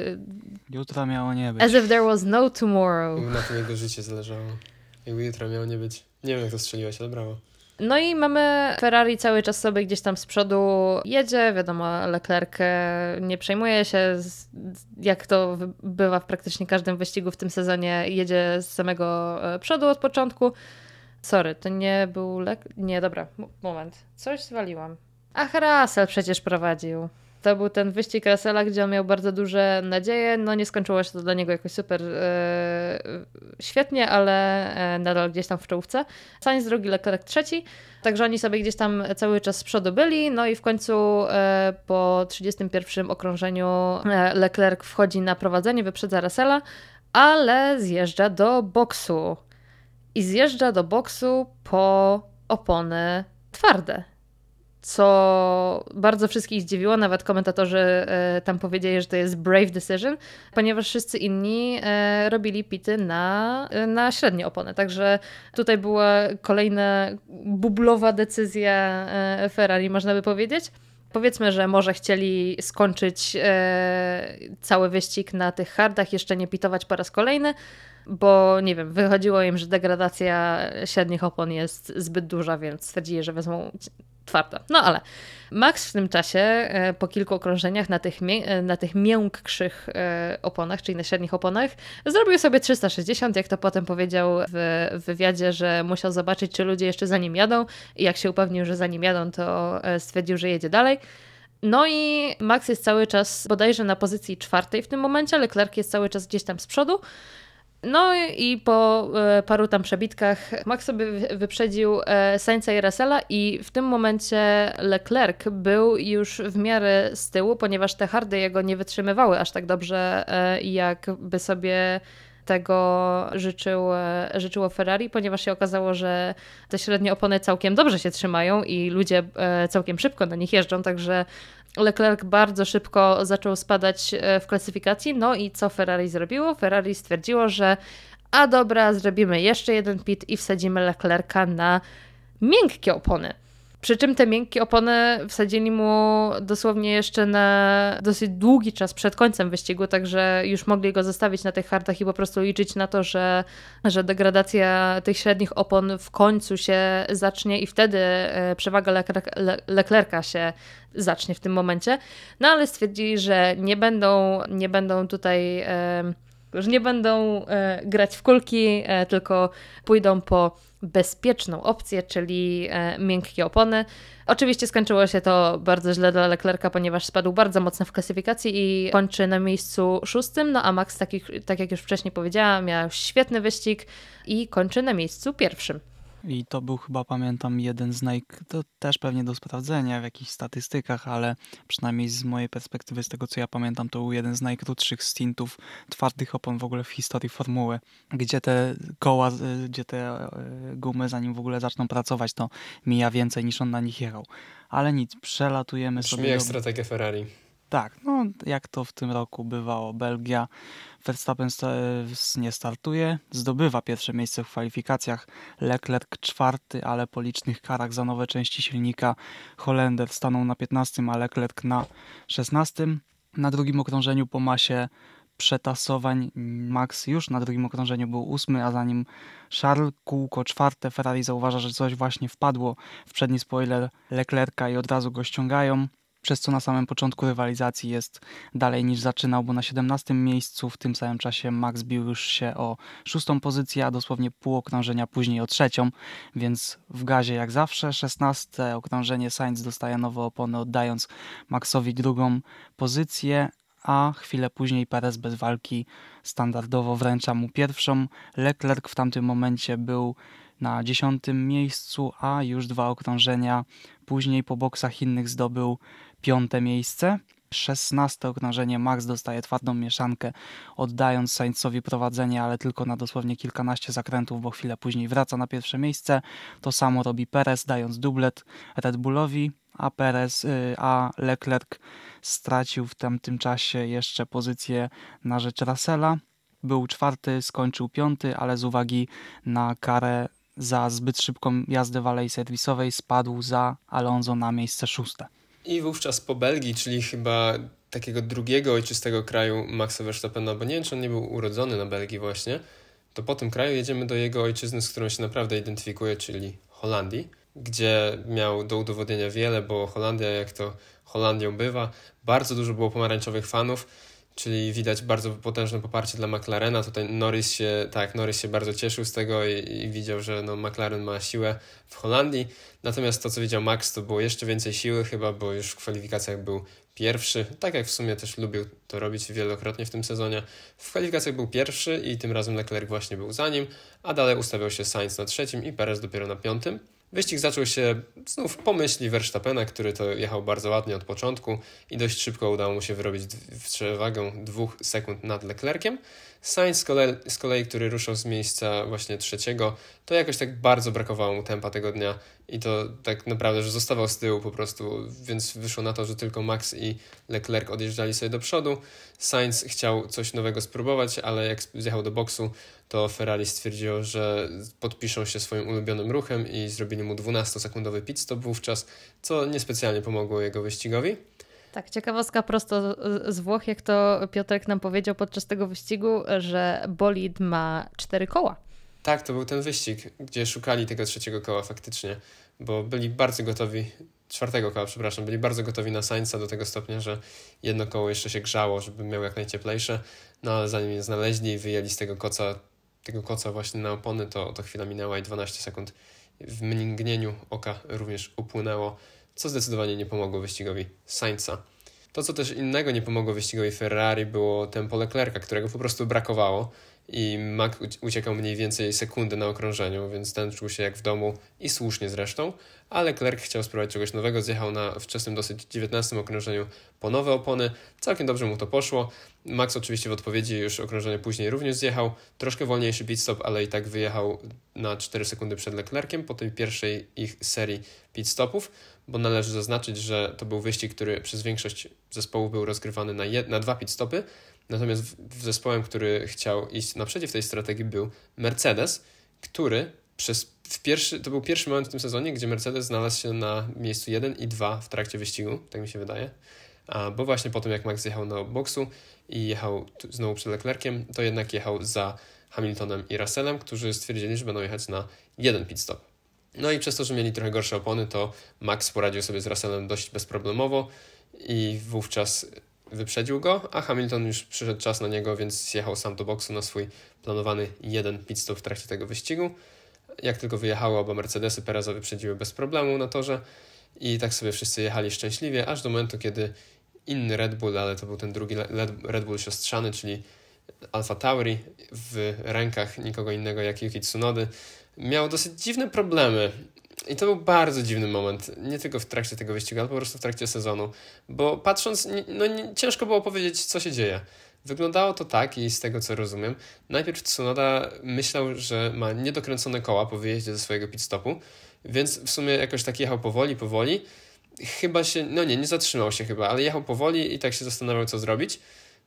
Jutra miało nie być. As if there was no tomorrow. Na tym jego życie zależało. Jakby jutra miało nie być. Nie wiem, jak to strzeliłeś, ale brawo. No i mamy Ferrari cały czas sobie gdzieś tam z przodu jedzie, wiadomo, Leclerc nie przejmuje się, jak to bywa w praktycznie każdym wyścigu w tym sezonie, jedzie z samego przodu od początku. Sorry, to nie był Lek... Nie, dobra, moment, coś zwaliłam. Ach, Russell przecież prowadził. To był ten wyścig Russella, gdzie on miał bardzo duże nadzieje. No nie skończyło się to dla niego jakoś super e, świetnie, ale e, nadal gdzieś tam w czołówce. Sainz drugi, Leclerc trzeci. Także oni sobie gdzieś tam cały czas z przodu byli. No i w końcu e, po trzydziestym pierwszym okrążeniu e, Leclerc wchodzi na prowadzenie, wyprzedza Russella, ale zjeżdża do boksu. I zjeżdża do boksu po opony twarde. Co bardzo wszystkich zdziwiło, nawet komentatorzy e, tam powiedzieli, że to jest brave decision, ponieważ wszyscy inni e, robili pity na, e, na średnie opony. Także tutaj była kolejna bublowa decyzja e, Ferrari, można by powiedzieć. Powiedzmy, że może chcieli skończyć e, cały wyścig na tych hardach, jeszcze nie pitować po raz kolejny, bo nie wiem, wychodziło im, że degradacja średnich opon jest zbyt duża, więc stwierdzili, że wezmą twarde. No ale Max w tym czasie po kilku okrążeniach na tych, na tych miękkszych oponach, czyli na średnich oponach, zrobił sobie trzysta sześćdziesiąt, jak to potem powiedział w wywiadzie, że musiał zobaczyć, czy ludzie jeszcze za nim jadą i jak się upewnił, że za nim jadą, to stwierdził, że jedzie dalej. No i Max jest cały czas bodajże na pozycji czwartej w tym momencie, Leclerc jest cały czas gdzieś tam z przodu. No i po e, paru tam przebitkach Max sobie wyprzedził e, Sainza i Russella i w tym momencie Leclerc był już w miarę z tyłu, ponieważ te hardy jego nie wytrzymywały aż tak dobrze, e, jakby sobie tego życzył, e, życzyło Ferrari, ponieważ się okazało, że te średnie opony całkiem dobrze się trzymają i ludzie e, całkiem szybko na nich jeżdżą, także Leclerc bardzo szybko zaczął spadać w klasyfikacji. No i co Ferrari zrobiło? Ferrari stwierdziło, że a dobra, zrobimy jeszcze jeden pit i wsadzimy Leclerca na miękkie opony. Przy czym te miękkie opony wsadzili mu dosłownie jeszcze na dosyć długi czas przed końcem wyścigu, także już mogli go zostawić na tych hardach i po prostu liczyć na to, że, że degradacja tych średnich opon w końcu się zacznie i wtedy przewaga Leclerca się zacznie w tym momencie. No ale stwierdzili, że nie będą, nie będą tutaj... że nie będą e, grać w kulki, e, tylko pójdą po bezpieczną opcję, czyli e, miękkie opony. Oczywiście skończyło się to bardzo źle dla Leclerca, ponieważ spadł bardzo mocno w klasyfikacji i kończy na miejscu szóstym, no a Max, tak, tak jak już wcześniej powiedziałam, miał świetny wyścig i kończy na miejscu pierwszym. I to był chyba, pamiętam, jeden z naj... to też pewnie do sprawdzenia w jakichś statystykach, ale przynajmniej z mojej perspektywy, z tego co ja pamiętam, to był jeden z najkrótszych stintów twardych opon w ogóle w historii formuły, gdzie te koła, gdzie te gumy, zanim w ogóle zaczną pracować, to mija więcej niż on na nich jechał. Ale nic, przelatujemy Brzmi sobie... jak do... strategia Ferrari. Tak, no jak to w tym roku bywało. Belgia, Verstappen sta- nie startuje, zdobywa pierwsze miejsce w kwalifikacjach, Leclerc czwarty, ale po licznych karach za nowe części silnika Holender stanął na piętnastym, a Leclerc na szesnastym. Na drugim okrążeniu po masie przetasowań Max już na drugim okrążeniu był ósmy, a za nim Charles, kółko czwarte. Ferrari zauważa, że coś właśnie wpadło w przedni spoiler Leclerca i od razu go ściągają, przez co na samym początku rywalizacji jest dalej niż zaczynał, bo na siedemnastym miejscu w tym samym czasie Max bił już się o szóstą pozycję, a dosłownie pół okrążenia później o trzecią, więc w gazie jak zawsze. szesnaste okrążenie, Sainz dostaje nowe opony, oddając Maxowi drugą pozycję, a chwilę później Perez bez walki standardowo wręcza mu pierwszą. Leclerc w tamtym momencie był na dziesiątym miejscu, a już dwa okrążenia później po boksach innych zdobył piąte miejsce. szesnaste okrążenie, Max dostaje twardą mieszankę, oddając Sainzowi prowadzenie, ale tylko na dosłownie kilkanaście zakrętów, bo chwilę później wraca na pierwsze miejsce. To samo robi Perez, dając dublet Red Bullowi, a Perez, a Leclerc stracił w tamtym czasie jeszcze pozycję na rzecz Russella. Był czwarty, skończył piąty, ale z uwagi na karę za zbyt szybką jazdę w alei serwisowej spadł za Alonso na miejsce szóste. I wówczas po Belgii, czyli chyba takiego drugiego ojczystego kraju Maxa Verstappena, bo nie wiem, czy on nie był urodzony na Belgii właśnie, to po tym kraju jedziemy do jego ojczyzny, z którą się naprawdę identyfikuje, czyli Holandii, gdzie miał do udowodnienia wiele, bo Holandia, jak to Holandią bywa, bardzo dużo było pomarańczowych fanów, czyli widać bardzo potężne poparcie dla McLarena. Tutaj Norris się, tak, Norris się bardzo cieszył z tego i, i widział, że no McLaren ma siłę w Holandii. Natomiast to, co widział Max, to było jeszcze więcej siły chyba, bo już w kwalifikacjach był pierwszy, tak jak w sumie też lubił to robić wielokrotnie w tym sezonie. W kwalifikacjach był pierwszy i tym razem Leclerc właśnie był za nim, a dalej ustawiał się Sainz na trzecim i Perez dopiero na piątym. Wyścig zaczął się znów po myśli Verstappena, który to jechał bardzo ładnie od początku i dość szybko udało mu się wyrobić przewagę dwóch sekund nad Leclerciem. Sainz z kolei, z kolei, który ruszał z miejsca właśnie trzeciego, to jakoś tak bardzo brakowało mu tempa tego dnia i to tak naprawdę, że zostawał z tyłu po prostu, więc wyszło na to, że tylko Max i Leclerc odjeżdżali sobie do przodu. Sainz chciał coś nowego spróbować, ale jak zjechał do boksu, to Ferrari stwierdziło, że podpiszą się swoim ulubionym ruchem i zrobili mu dwunastosekundowy pit stop wówczas, co niespecjalnie pomogło jego wyścigowi. Tak, ciekawostka prosto z Włoch, jak to Piotrek nam powiedział podczas tego wyścigu, że bolid ma cztery koła. Tak, to był ten wyścig, gdzie szukali tego trzeciego koła faktycznie, bo byli bardzo gotowi, czwartego koła, przepraszam, byli bardzo gotowi na Sainza do tego stopnia, że jedno koło jeszcze się grzało, żeby miał jak najcieplejsze, no ale zanim je znaleźli i wyjęli z tego koca, tego koca właśnie na opony, to, to chwila minęła i dwanaście sekund w mgnieniu oka również upłynęło, co zdecydowanie nie pomogło wyścigowi Sainza. To, co też innego nie pomogło wyścigowi Ferrari, było tempo Leclerca, którego po prostu brakowało i Max uciekał mniej więcej sekundy na okrążeniu, więc ten czuł się jak w domu i słusznie zresztą, a Leclerc chciał spróbować czegoś nowego, zjechał na wczesnym dosyć dziewiętnastym okrążeniu po nowe opony, całkiem dobrze mu to poszło. Max oczywiście w odpowiedzi już okrążenie później również zjechał, troszkę wolniejszy pit stop, ale i tak wyjechał na cztery sekundy przed Leclerciem po tej pierwszej ich serii pit stopów, bo należy zaznaczyć, że to był wyścig, który przez większość zespołów był rozgrywany na, jed- na dwa pit stopy, natomiast w, w zespołem, który chciał iść naprzeciw tej strategii, był Mercedes, który przez w pierwszy, to był pierwszy moment w tym sezonie, gdzie Mercedes znalazł się na miejscu jeden i dwa w trakcie wyścigu, tak mi się wydaje, a, bo właśnie po tym jak Max jechał na boksu i jechał tu, znowu przed Leclerciem, to jednak jechał za Hamiltonem i Russellem, którzy stwierdzili, że będą jechać na jeden pit stop. No i przez to, że mieli trochę gorsze opony, to Max poradził sobie z Russellem dość bezproblemowo i wówczas wyprzedził go, a Hamilton już przyszedł czas na niego, więc jechał sam do boksu na swój planowany jeden pit stop w trakcie tego wyścigu. Jak tylko wyjechały oba Mercedesy, Pereza wyprzedziły bez problemu na torze i tak sobie wszyscy jechali szczęśliwie, aż do momentu, kiedy inny Red Bull, ale to był ten drugi Red Bull siostrzany, czyli Alfa Tauri w rękach nikogo innego jak Yuki Tsunody, miał dosyć dziwne problemy. I to był bardzo dziwny moment, nie tylko w trakcie tego wyścigu, ale po prostu w trakcie sezonu, bo patrząc, no nie, ciężko było powiedzieć, co się dzieje. Wyglądało to tak i z tego, co rozumiem, najpierw Tsunoda myślał, że ma niedokręcone koła po wyjeździe ze swojego pit stopu, więc w sumie jakoś tak jechał powoli, powoli, chyba się, no nie, nie zatrzymał się chyba, ale jechał powoli i tak się zastanawiał, co zrobić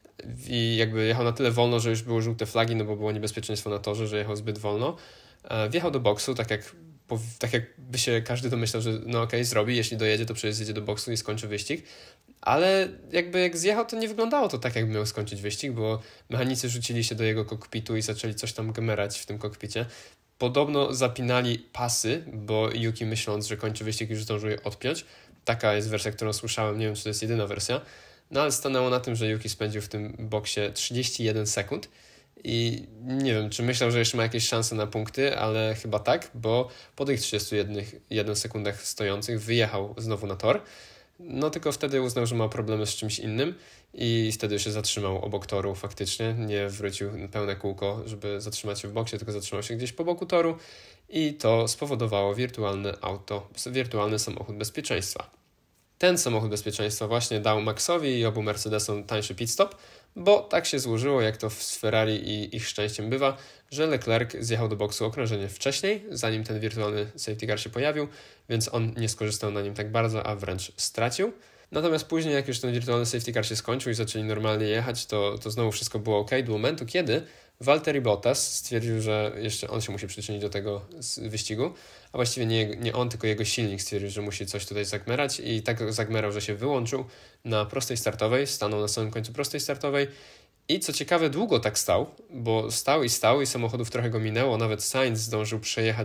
i jakby jechał na tyle wolno, że już były żółte flagi, no bo było niebezpieczeństwo na torze, że jechał zbyt wolno. Wjechał do boksu, tak jak tak jakby się każdy domyślał, że no okej, okay, zrobi, jeśli dojedzie, to przecież zjedzie do boksu i skończy wyścig, ale jakby jak zjechał, to nie wyglądało to tak, jakby miał skończyć wyścig, bo mechanicy rzucili się do jego kokpitu i zaczęli coś tam gmerać w tym kokpicie. Podobno zapinali pasy, bo Yuki, myśląc, że kończy wyścig, już zdążył je odpiąć. Taka jest wersja, którą słyszałem, nie wiem, czy to jest jedyna wersja, no ale stanęło na tym, że Yuki spędził w tym boksie trzydzieści jeden sekund i nie wiem, czy myślał, że jeszcze ma jakieś szanse na punkty, ale chyba tak, bo po tych trzydziestu jeden sekundach stojących wyjechał znowu na tor, no tylko wtedy uznał, że ma problemy z czymś innym i wtedy się zatrzymał obok toru faktycznie, nie wrócił pełne kółko, żeby zatrzymać się w boksie, tylko zatrzymał się gdzieś po boku toru i to spowodowało wirtualne auto, wirtualny samochód bezpieczeństwa. Ten samochód bezpieczeństwa właśnie dał Maxowi i obu Mercedesom tańszy pit stop, bo tak się złożyło, jak to z Ferrari i ich szczęściem bywa, że Leclerc zjechał do boksu okrążenie wcześniej, zanim ten wirtualny safety car się pojawił, więc on nie skorzystał na nim tak bardzo, a wręcz stracił. Natomiast później, jak już ten wirtualny safety car się skończył i zaczęli normalnie jechać, to, to znowu wszystko było ok, do momentu, kiedy Valtteri Bottas stwierdził, że jeszcze on się musi przyczynić do tego wyścigu, a właściwie nie, nie on, tylko jego silnik stwierdził, że musi coś tutaj zagmerać i tak zagmerał, że się wyłączył na prostej startowej, stanął na samym końcu prostej startowej i co ciekawe długo tak stał, bo stał i stał i samochodów trochę go minęło, nawet Sainz zdążył przejechać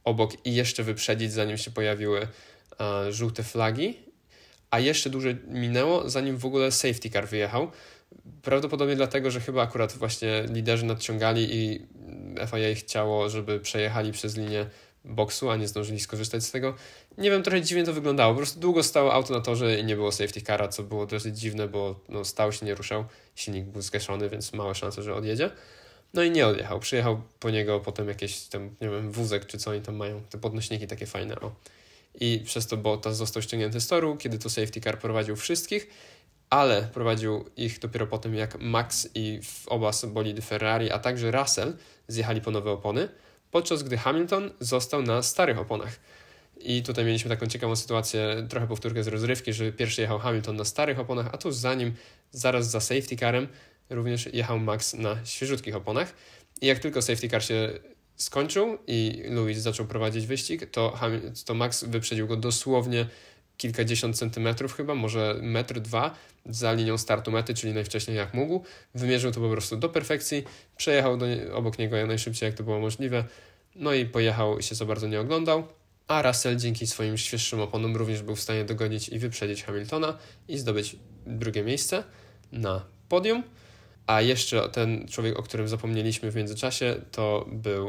obok i jeszcze wyprzedzić, zanim się pojawiły e, żółte flagi, a jeszcze dłużej minęło, zanim w ogóle safety car wyjechał. Prawdopodobnie dlatego, że chyba akurat właśnie liderzy nadciągali i F I A chciało, żeby przejechali przez linię boksu, a nie zdążyli skorzystać z tego. Nie wiem, trochę dziwnie to wyglądało. Po prostu długo stało auto na torze i nie było safety cara, co było dosyć dziwne, bo no, stał się, nie ruszał. Silnik był zgaszony, więc małe szanse, że odjedzie. No i nie odjechał. Przyjechał po niego potem jakiś tam, nie wiem, wózek, czy co oni tam mają. Te podnośniki takie fajne, o. I przez to Bottas został ściągnięty z toru, kiedy to safety car prowadził wszystkich, ale prowadził ich dopiero po tym, jak Max i oba bolidy Ferrari, a także Russell zjechali po nowe opony, podczas gdy Hamilton został na starych oponach. I tutaj mieliśmy taką ciekawą sytuację, trochę powtórkę z rozrywki, że pierwszy jechał Hamilton na starych oponach, a tuż za nim, zaraz za safety carem, również jechał Max na świeżutkich oponach. I jak tylko safety car się skończył i Lewis zaczął prowadzić wyścig, to, Hamil- to Max wyprzedził go dosłownie kilkadziesiąt centymetrów chyba, może metr, dwa za linią startu mety, czyli najwcześniej jak mógł. Wymierzył to po prostu do perfekcji, przejechał do, obok niego jak najszybciej, jak to było możliwe, no i pojechał i się za bardzo nie oglądał. A Russell dzięki swoim świeższym oponom również był w stanie dogonić i wyprzedzić Hamiltona i zdobyć drugie miejsce na podium. A jeszcze ten człowiek, o którym zapomnieliśmy w międzyczasie, to był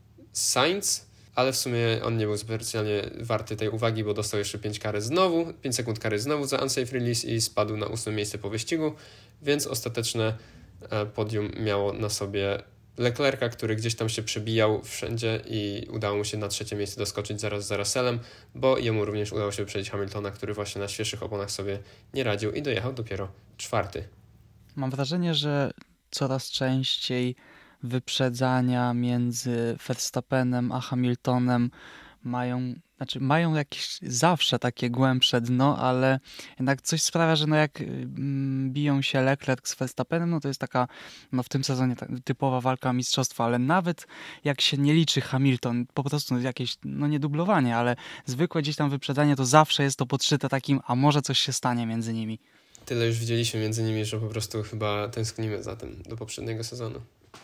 Sainz, ale w sumie on nie był specjalnie warty tej uwagi, bo dostał jeszcze pięć kary znowu, pięć sekund kary znowu za unsafe release i spadł na ósme miejsce po wyścigu, więc ostateczne podium miało na sobie Leclerca, który gdzieś tam się przebijał wszędzie i udało mu się na trzecie miejsce doskoczyć zaraz za Russellem, bo jemu również udało się wyprzedzić Hamiltona, który właśnie na świeższych oponach sobie nie radził i dojechał dopiero czwarty. Mam wrażenie, że coraz częściej wyprzedzania między Verstappenem a Hamiltonem mają, znaczy mają jakieś zawsze takie głębsze dno, ale jednak coś sprawia, że no jak mm, biją się Leclerc z Verstappenem, no to jest taka, no w tym sezonie ta, typowa walka o mistrzostwo, ale nawet jak się nie liczy Hamilton, po prostu jakieś, no nie dublowanie, ale zwykłe gdzieś tam wyprzedzanie, to zawsze jest to podszyte takim, a może coś się stanie między nimi. Tyle już widzieliśmy między nimi, że po prostu chyba tęsknimy za tym do poprzedniego sezonu.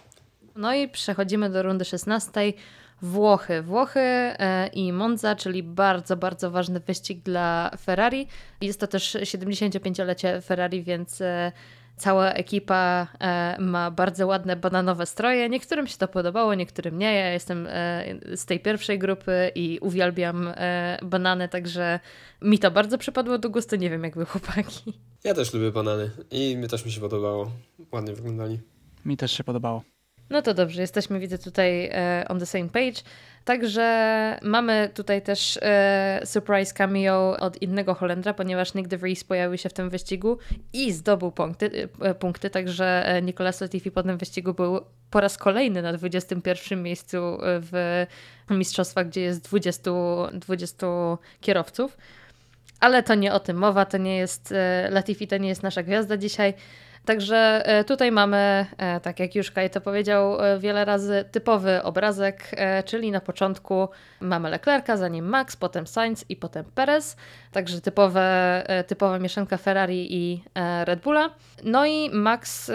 No i przechodzimy do rundy szesnastej. Włochy. Włochy e, i Monza, czyli bardzo, bardzo ważny wyścig dla Ferrari. Jest to też siedemdziesięciopięciolecie Ferrari, więc e, cała ekipa e, ma bardzo ładne bananowe stroje. Niektórym się to podobało, niektórym nie. Ja jestem e, z tej pierwszej grupy i uwielbiam e, banany, także mi to bardzo przypadło do gustu. Nie wiem, jak wy chłopaki. Ja też lubię banany i mi też mi się podobało. Ładnie wyglądali. Mi też się podobało. No to dobrze, jesteśmy, widzę tutaj e, on the same page. Także mamy tutaj też e, surprise cameo od innego Holendra, ponieważ Nick de Vries pojawił się w tym wyścigu i zdobył punkty, e, punkty także Nicolas Latifi po tym wyścigu był po raz kolejny na dwudziestym pierwszym miejscu w mistrzostwach, gdzie jest dwudziestu, dwudziestu kierowców. Ale to nie o tym mowa, to nie jest e, Latifi, to nie jest nasza gwiazda dzisiaj. Także tutaj mamy, tak jak już Kaj to powiedział wiele razy, typowy obrazek, czyli na początku mamy Leclerca, zanim Max, potem Sainz i potem Perez. Także typowe, typowa mieszanka Ferrari i Red Bulla. No i Max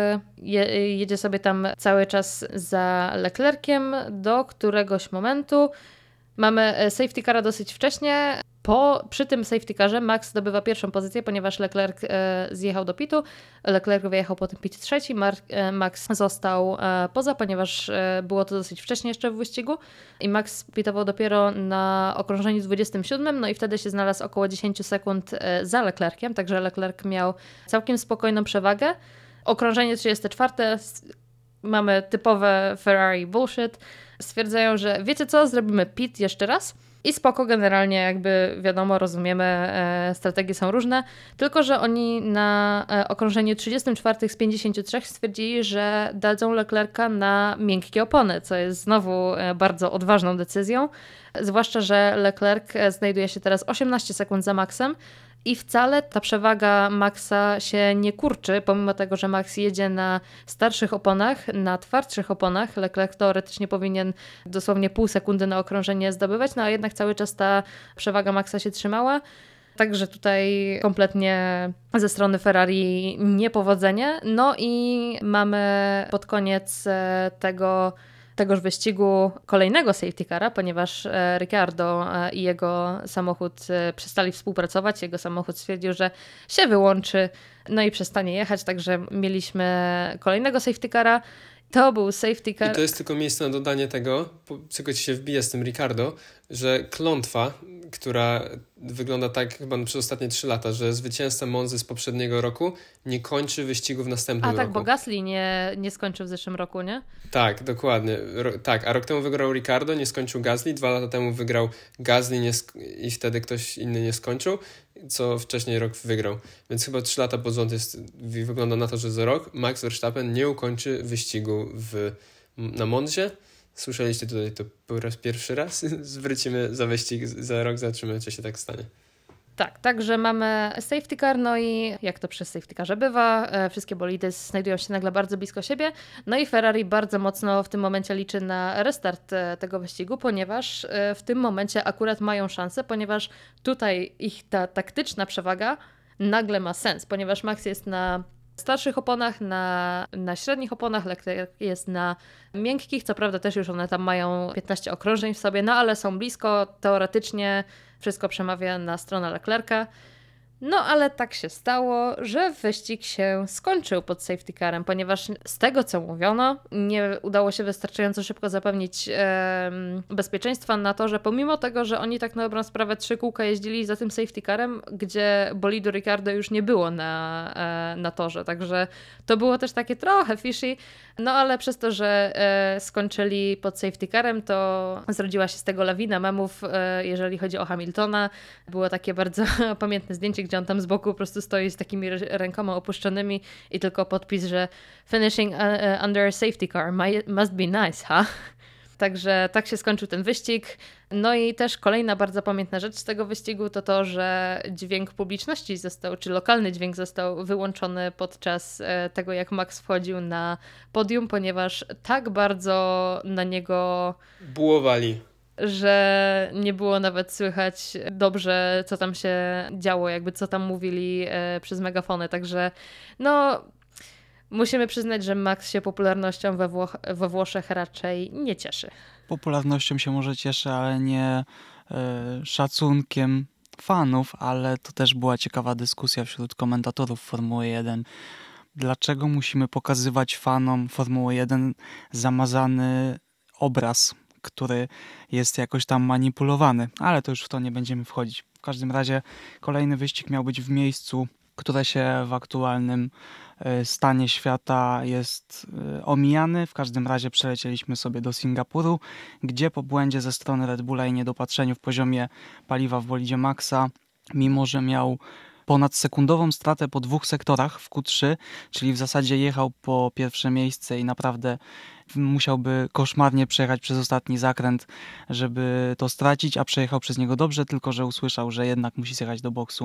je, jedzie sobie tam cały czas za Leclerciem do któregoś momentu. Mamy safety cara dosyć wcześnie. Po, przy tym safety carze Max zdobywa pierwszą pozycję, ponieważ Leclerc e, zjechał do pitu. Leclerc wyjechał po tym pit trzeci. Mar- e, Max został e, poza, ponieważ e, było to dosyć wcześnie jeszcze w wyścigu. I Max pitował dopiero na okrążeniu dwudziestym siódmym, no i wtedy się znalazł około dziesięć sekund e, za Leclerciem, także Leclerc miał całkiem spokojną przewagę. Okrążenie trzydzieste czwarte. Mamy typowe Ferrari bullshit. Stwierdzają, że wiecie co, zrobimy pit jeszcze raz. I spoko, generalnie jakby wiadomo, rozumiemy, e, strategie są różne, tylko że oni na e, okrążeniu trzydziestym czwartym z pięćdziesięciu trzech stwierdzili, że dadzą Leclerca na miękkie opony, co jest znowu e, bardzo odważną decyzją, zwłaszcza, że Leclerc znajduje się teraz osiemnaście sekund za Maxem i wcale ta przewaga Maxa się nie kurczy, pomimo tego, że Max jedzie na starszych oponach, na twardszych oponach. Leclerc teoretycznie powinien dosłownie pół sekundy na okrążenie zdobywać, no a jednak cały czas ta przewaga Maxa się trzymała. Także tutaj kompletnie ze strony Ferrari niepowodzenie. No i mamy pod koniec tego tegoż wyścigu kolejnego safety cara, ponieważ Ricciardo i jego samochód przestali współpracować. Jego samochód stwierdził, że się wyłączy, no i przestanie jechać, także mieliśmy kolejnego safety cara. To był safety car. I to jest tylko miejsce na dodanie tego, czego ci się wbija z tym Ricciardo, że klątwa, która wygląda tak chyba przez ostatnie trzy lata, że zwycięzca Monzy z poprzedniego roku nie kończy wyścigu w następnym roku. A tak, roku. bo Gasly nie, nie skończył w zeszłym roku, nie? Tak, dokładnie. Ro, tak, a rok temu wygrał Ricciardo, nie skończył Gasly, dwa lata temu wygrał Gasly nie sk- i wtedy ktoś inny nie skończył, co wcześniej rok wygrał. Więc chyba trzy lata pod rząd jest, wygląda na to, że za rok Max Verstappen nie ukończy wyścigu w, na Monzie. Słyszeliście tutaj to po raz pierwszy raz. Zwrócimy za wyścig za rok, zobaczymy, czy się tak stanie. Tak, także mamy safety car, no i jak to przy safety carze bywa, e, wszystkie bolidy znajdują się nagle bardzo blisko siebie, no i Ferrari bardzo mocno w tym momencie liczy na restart e, tego wyścigu, ponieważ e, w tym momencie akurat mają szansę, ponieważ tutaj ich ta taktyczna przewaga nagle ma sens, ponieważ Max jest na starszych oponach, na, na średnich oponach, Leclerc jest na miękkich, co prawda też już one tam mają piętnaście okrążeń w sobie, no ale są blisko, teoretycznie wszystko przemawia na stronę Leclerca. No ale tak się stało, że wyścig się skończył pod safety carem, ponieważ z tego co mówiono, nie udało się wystarczająco szybko zapewnić e, bezpieczeństwa na to, że pomimo tego, że oni tak na dobrą sprawę trzy kółka jeździli za tym safety carem, gdzie bolidu Ricciardo już nie było na, e, na torze, także to było też takie trochę fishy, no ale przez to, że e, skończyli pod safety carem, to zrodziła się z tego lawina memów, e, jeżeli chodzi o Hamiltona. Było takie bardzo pamiętne zdjęcie, gdzie on tam z boku po prostu stoi z takimi rękoma opuszczonymi i tylko podpis, że finishing under safety car must be nice, ha? Także tak się skończył ten wyścig. No i też kolejna bardzo pamiętna rzecz z tego wyścigu to to, że dźwięk publiczności został, czy lokalny dźwięk został wyłączony podczas tego, jak Max wchodził na podium, ponieważ tak bardzo na niego bułowali, że nie było nawet słychać dobrze, co tam się działo, jakby co tam mówili e, przez megafony. Także no, musimy przyznać, że Max się popularnością we, Włoch- we Włoszech raczej nie cieszy. Popularnością się może cieszy, ale nie e, szacunkiem fanów, ale to też była ciekawa dyskusja wśród komentatorów Formuły jeden. Dlaczego musimy pokazywać fanom Formuły jeden zamazany obraz, który jest jakoś tam manipulowany, ale to już w to nie będziemy wchodzić. W każdym razie kolejny wyścig miał być w miejscu, które się w aktualnym stanie świata jest omijany. W każdym razie przelecieliśmy sobie do Singapuru, gdzie po błędzie ze strony Red Bulla i niedopatrzeniu w poziomie paliwa w bolidzie Maxa, mimo że miał ponad sekundową stratę po dwóch sektorach w Q trzy, czyli w zasadzie jechał po pierwsze miejsce i naprawdę musiałby koszmarnie przejechać przez ostatni zakręt, żeby to stracić, a przejechał przez niego dobrze, tylko że usłyszał, że jednak musi zjechać do boksu,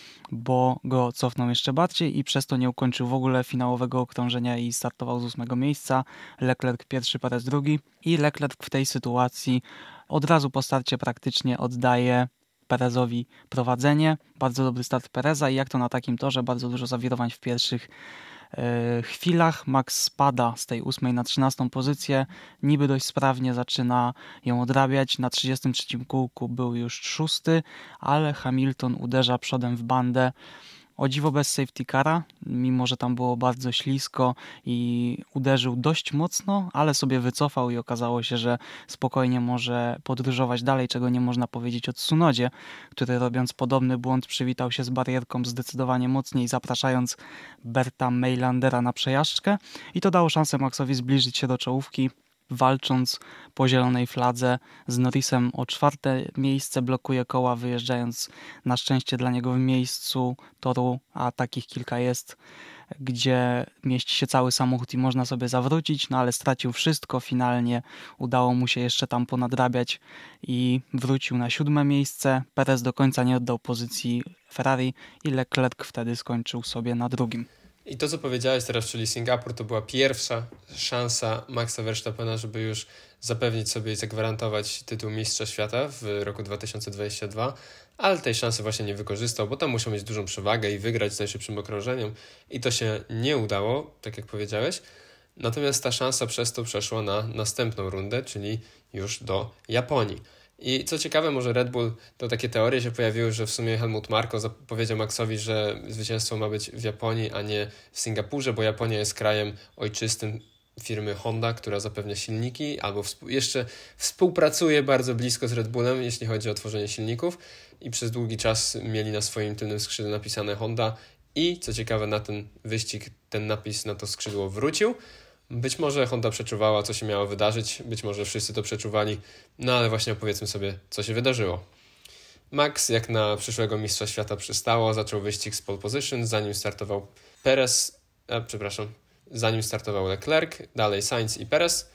bo go cofnął jeszcze bardziej i przez to nie ukończył w ogóle finałowego okrążenia i startował z ósmego miejsca. Leclerc pierwszy, Perez drugi i Leclerc w tej sytuacji od razu po starcie praktycznie oddaje Perezowi prowadzenie. Bardzo dobry start Pereza i jak to na takim torze, bardzo dużo zawirowań w pierwszych e, chwilach. Max spada z tej ósmej na trzynastą pozycję. Niby dość sprawnie zaczyna ją odrabiać. Na trzydziestym trzecim kółku był już szósty, ale Hamilton uderza przodem w bandę. O dziwo bez safety cara, mimo że tam było bardzo ślisko i uderzył dość mocno, ale sobie wycofał i okazało się, że spokojnie może podróżować dalej, czego nie można powiedzieć o Tsunodzie, który robiąc podobny błąd przywitał się z barierką zdecydowanie mocniej, zapraszając Berta Meilandera na przejażdżkę i to dało szansę Maxowi zbliżyć się do czołówki, walcząc po zielonej fladze z Norrisem o czwarte miejsce, blokuje koła, wyjeżdżając na szczęście dla niego w miejscu toru, a takich kilka jest, gdzie mieści się cały samochód i można sobie zawrócić, no ale stracił wszystko, finalnie udało mu się jeszcze tam ponadrabiać i wrócił na siódme miejsce. Perez do końca nie oddał pozycji Ferrari i Leclerc wtedy skończył sobie na drugim. I to, co powiedziałeś teraz, czyli Singapur, to była pierwsza szansa Maxa Verstappena, żeby już zapewnić sobie i zagwarantować tytuł mistrza świata w roku dwa tysiące dwudziestym drugim, ale tej szansy właśnie nie wykorzystał, bo tam musiał mieć dużą przewagę i wygrać z najszybszym okrążeniem i to się nie udało, tak jak powiedziałeś. Natomiast ta szansa przez to przeszła na następną rundę, czyli już do Japonii. I co ciekawe, może Red Bull, to takie teorie się pojawiły, że w sumie Helmut Marko powiedział Maxowi, że zwycięstwo ma być w Japonii, a nie w Singapurze, bo Japonia jest krajem ojczystym firmy Honda, która zapewnia silniki, albo współ- jeszcze współpracuje bardzo blisko z Red Bullem, jeśli chodzi o tworzenie silników i przez długi czas mieli na swoim tylnym skrzydle napisane Honda i co ciekawe, na ten wyścig ten napis na to skrzydło wrócił. Być może Honda przeczuwała, co się miało wydarzyć, być może wszyscy to przeczuwali, no ale właśnie opowiedzmy sobie, co się wydarzyło. Max, jak na przyszłego mistrza świata przystało, zaczął wyścig z pole position, zanim startował Perez, a, przepraszam, zanim startował Leclerc, dalej Sainz i Perez,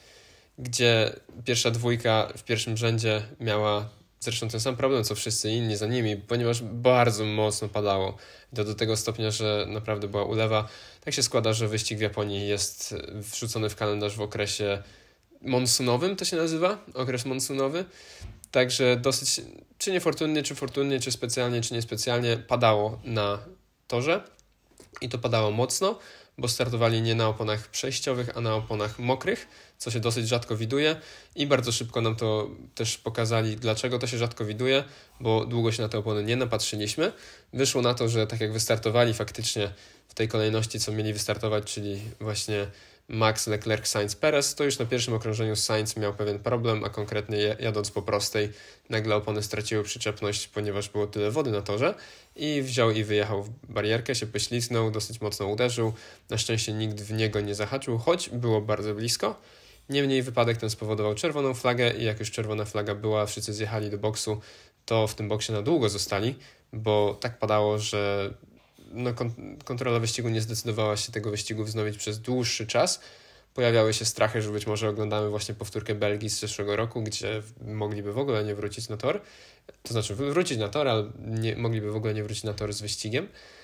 gdzie pierwsza dwójka w pierwszym rzędzie miała zresztą ten sam problem, co wszyscy inni za nimi, ponieważ bardzo mocno padało. To do tego stopnia, że naprawdę była ulewa. Tak się składa, że wyścig w Japonii jest wrzucony w kalendarz w okresie monsunowym, to się nazywa, okres monsunowy. Także dosyć, czy niefortunnie, czy fortunnie, czy specjalnie, czy niespecjalnie padało na torze. I to padało mocno, bo startowali nie na oponach przejściowych, a na oponach mokrych, co się dosyć rzadko widuje i bardzo szybko nam to też pokazali, dlaczego to się rzadko widuje, bo długo się na te opony nie napatrzyliśmy. Wyszło na to, że tak jak wystartowali faktycznie w tej kolejności, co mieli wystartować, czyli właśnie Max, Leclerc, Sainz, Perez, to już na pierwszym okrążeniu Sainz miał pewien problem, a konkretnie jadąc po prostej nagle opony straciły przyczepność, ponieważ było tyle wody na torze i wziął i wyjechał w barierkę, się poślizgnął, dosyć mocno uderzył. Na szczęście nikt w niego nie zahaczył, choć było bardzo blisko. Niemniej wypadek ten spowodował czerwoną flagę i jak już czerwona flaga była, wszyscy zjechali do boksu, to w tym boksie na długo zostali, bo tak padało, że no, kontrola wyścigu nie zdecydowała się tego wyścigu wznowić przez dłuższy czas. Pojawiały się strachy, że być może oglądamy właśnie powtórkę Belgii z zeszłego roku, gdzie mogliby w ogóle nie wrócić na tor. To znaczy wrócić na tor, ale nie, mogliby w ogóle nie wrócić na tor z wyścigiem.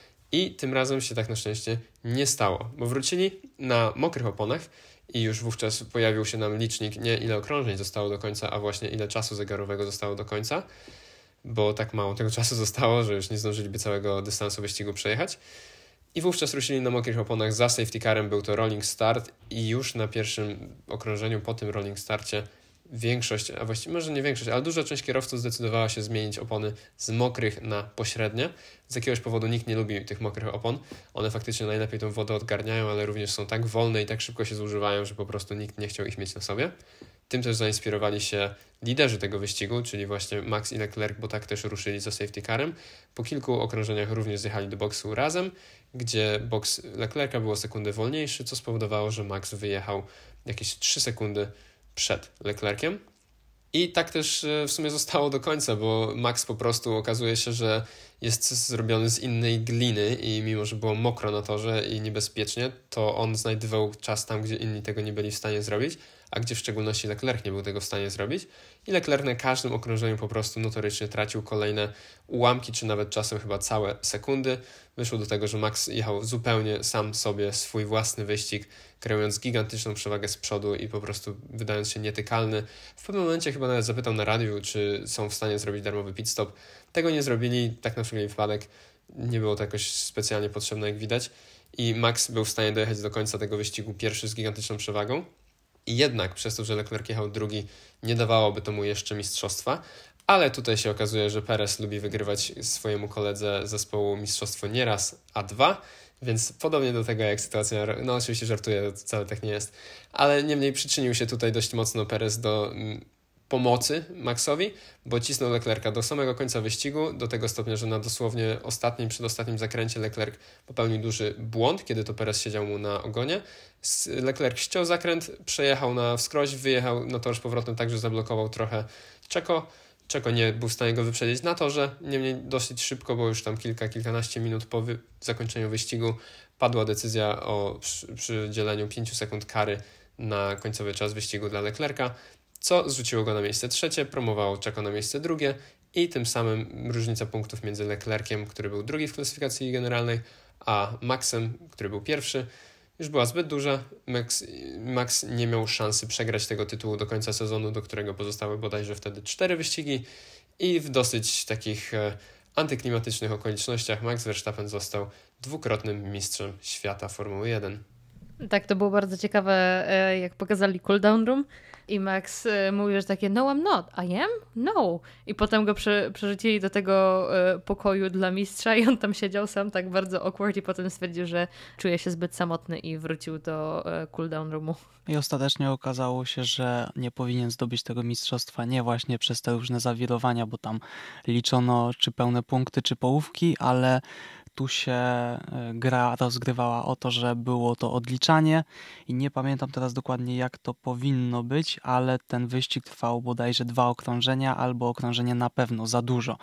I tym razem się tak na szczęście nie stało, bo wrócili na mokrych oponach i już wówczas pojawił się nam licznik nie ile okrążeń zostało do końca, a właśnie ile czasu zegarowego zostało do końca, bo tak mało tego czasu zostało, że już nie zdążyliby całego dystansu wyścigu przejechać. I wówczas ruszyli na mokrych oponach za safety carem, był to rolling start i już na pierwszym okrążeniu po tym rolling starcie większość, a właściwie może nie większość, ale duża część kierowców zdecydowała się zmienić opony z mokrych na pośrednie. Z jakiegoś powodu nikt nie lubi tych mokrych opon. One faktycznie najlepiej tą wodę odgarniają, ale również są tak wolne i tak szybko się zużywają, że po prostu nikt nie chciał ich mieć na sobie. Tym też zainspirowali się liderzy tego wyścigu, czyli właśnie Max i Leclerc, bo tak też ruszyli za safety carem. Po kilku okrążeniach również zjechali do boksu razem, gdzie boks Leclerca było sekundę wolniejszy, co spowodowało, że Max wyjechał jakieś trzy sekundy przed Leclerciem. I tak też w sumie zostało do końca, bo Max po prostu okazuje się, że jest zrobiony z innej gliny i mimo, że było mokro na torze i niebezpiecznie, to on znajdował czas tam, gdzie inni tego nie byli w stanie zrobić, a gdzie w szczególności Leclerc nie był tego w stanie zrobić. I Leclerc na każdym okrążeniu po prostu notorycznie tracił kolejne ułamki, czy nawet czasem chyba całe sekundy. Wyszło do tego, że Max jechał zupełnie sam sobie swój własny wyścig, kreując gigantyczną przewagę z przodu i po prostu wydając się nietykalny. W pewnym momencie chyba nawet zapytał na radiu, czy są w stanie zrobić darmowy pit stop. Tego nie zrobili, tak na wszelki wypadek. Nie było to jakoś specjalnie potrzebne, jak widać. I Max był w stanie dojechać do końca tego wyścigu pierwszy z gigantyczną przewagą. I jednak przez to, że Leclerc jechał drugi, nie dawałoby to mu jeszcze mistrzostwa. Ale tutaj się okazuje, że Perez lubi wygrywać swojemu koledze zespołu mistrzostwo nie raz, a dwa. Więc podobnie do tego jak sytuacja, no oczywiście żartuję, to wcale tak nie jest, ale niemniej przyczynił się tutaj dość mocno Perez do mm, pomocy Maxowi, bo cisnął Leclerca do samego końca wyścigu, do tego stopnia, że na dosłownie ostatnim, przedostatnim zakręcie Leclerc popełnił duży błąd, kiedy to Perez siedział mu na ogonie. Leclerc ściął zakręt, przejechał na wskroś, wyjechał na tor z powrotem, także zablokował trochę Checo. Checo nie był w stanie go wyprzedzić na torze, niemniej dosyć szybko, bo już tam kilka, kilkanaście minut po wy- zakończeniu wyścigu padła decyzja o przy- przydzieleniu pięciu sekund kary na końcowy czas wyścigu dla Leclerca, co zrzuciło go na miejsce trzecie, promowało Checo na miejsce drugie i tym samym różnica punktów między Leclerciem, który był drugi w klasyfikacji generalnej, a Maxem, który był pierwszy, już była zbyt duża. Max, Max nie miał szansy przegrać tego tytułu do końca sezonu, do którego pozostały bodajże wtedy cztery wyścigi i w dosyć takich e, antyklimatycznych okolicznościach Max Verstappen został dwukrotnym mistrzem świata Formuły jeden. Tak, to było bardzo ciekawe, jak pokazali cooldown room i Max mówił, że takie no I'm not, I am? No. I potem go prze, przerzucili do tego pokoju dla mistrza i on tam siedział sam tak bardzo awkward i potem stwierdził, że czuje się zbyt samotny i wrócił do cooldown roomu. I ostatecznie okazało się, że nie powinien zdobyć tego mistrzostwa nie właśnie przez te różne zawirowania, bo tam liczono czy pełne punkty, czy połówki, ale tu się gra rozgrywała o to, że było to odliczanie i nie pamiętam teraz dokładnie jak to powinno być, ale ten wyścig trwał bodajże dwa okrążenia albo okrążenie na pewno za dużo,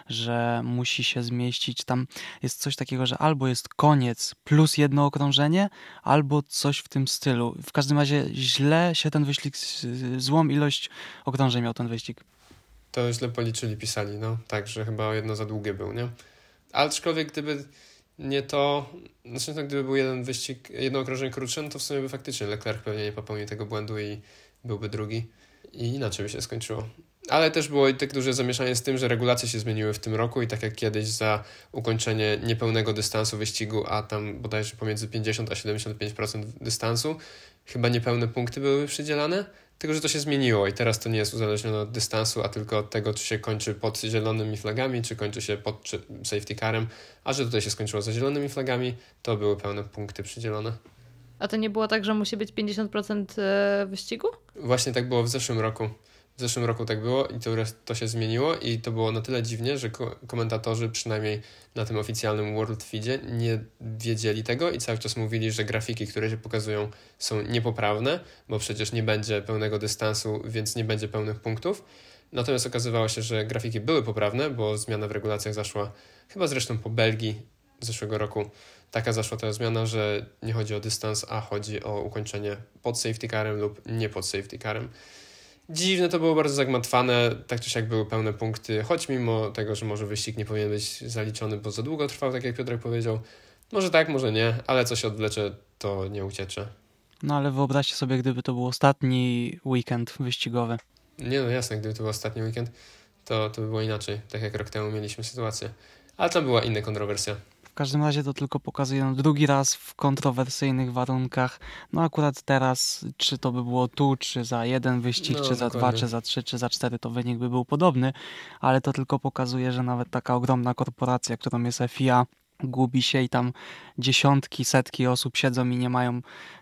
że musi się zmieścić, tam jest coś takiego, że albo jest koniec plus jedno okrążenie, albo coś w tym stylu. W każdym razie źle się ten wyścig, złą ilość okrążeń miał ten wyścig. To źle policzyli, pisali, no tak, że chyba jedno za długie był, nie? Aczkolwiek gdyby nie to, znaczy no, gdyby był jeden wyścig, jedno okrążenie krótsze, no to w sumie by faktycznie Leclerc pewnie nie popełnił tego błędu i byłby drugi i inaczej by się skończyło. Ale też było i tak duże zamieszanie z tym, że regulacje się zmieniły w tym roku i tak jak kiedyś za ukończenie niepełnego dystansu wyścigu, a tam bodajże pomiędzy pięćdziesiąt a siedemdziesiąt pięć procent dystansu, chyba niepełne punkty były przydzielane, tylko że to się zmieniło i teraz to nie jest uzależnione od dystansu, a tylko od tego, czy się kończy pod zielonymi flagami, czy kończy się pod czy safety carem, a że tutaj się skończyło za zielonymi flagami, to były pełne punkty przydzielone. A to nie było tak, że musi być pięćdziesiąt procent wyścigu? Właśnie tak było w zeszłym roku. W zeszłym roku tak było i to, to się zmieniło i to było na tyle dziwnie, że ko- komentatorzy przynajmniej na tym oficjalnym World Feedzie nie wiedzieli tego i cały czas mówili, że grafiki, które się pokazują są niepoprawne, bo przecież nie będzie pełnego dystansu, więc nie będzie pełnych punktów. Natomiast okazywało się, że grafiki były poprawne, bo zmiana w regulacjach zaszła chyba zresztą po Belgii zeszłego roku. Taka zaszła ta zmiana, że nie chodzi o dystans, a chodzi o ukończenie pod safety carem lub nie pod safety carem. Dziwne to było, bardzo zagmatwane, tak czy siak były pełne punkty, choć mimo tego, że może wyścig nie powinien być zaliczony, bo za długo trwał, tak jak Piotrek powiedział. Może tak, może nie, ale co się odwlecze, to nie uciecze. No ale wyobraźcie sobie, gdyby to był ostatni weekend wyścigowy. Nie no jasne, gdyby to był ostatni weekend, to, to by było inaczej, tak jak rok temu mieliśmy sytuację. Ale tam była inna kontrowersja. W każdym razie to tylko pokazuje no, drugi raz w kontrowersyjnych warunkach. No akurat teraz, czy to by było tu, czy za jeden wyścig, No, czy za dokładnie. dwa, czy za trzy, czy za cztery, to wynik by był podobny, ale to tylko pokazuje, że nawet taka ogromna korporacja, którą jest F I A, gubi się i tam dziesiątki, setki osób siedzą i nie mają,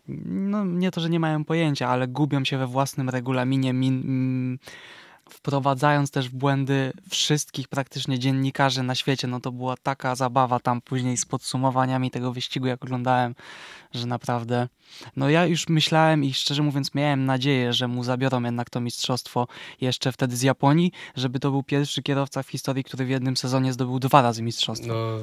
no nie to, że nie mają pojęcia, ale gubią się we własnym regulaminie, min, mm, wprowadzając też w błędy wszystkich praktycznie dziennikarzy na świecie. No to była taka zabawa tam później z podsumowaniami tego wyścigu, jak oglądałem, że naprawdę... No ja już myślałem i szczerze mówiąc miałem nadzieję, że mu zabiorą jednak to mistrzostwo jeszcze wtedy z Japonii, żeby to był pierwszy kierowca w historii, który w jednym sezonie zdobył dwa razy mistrzostwo. No,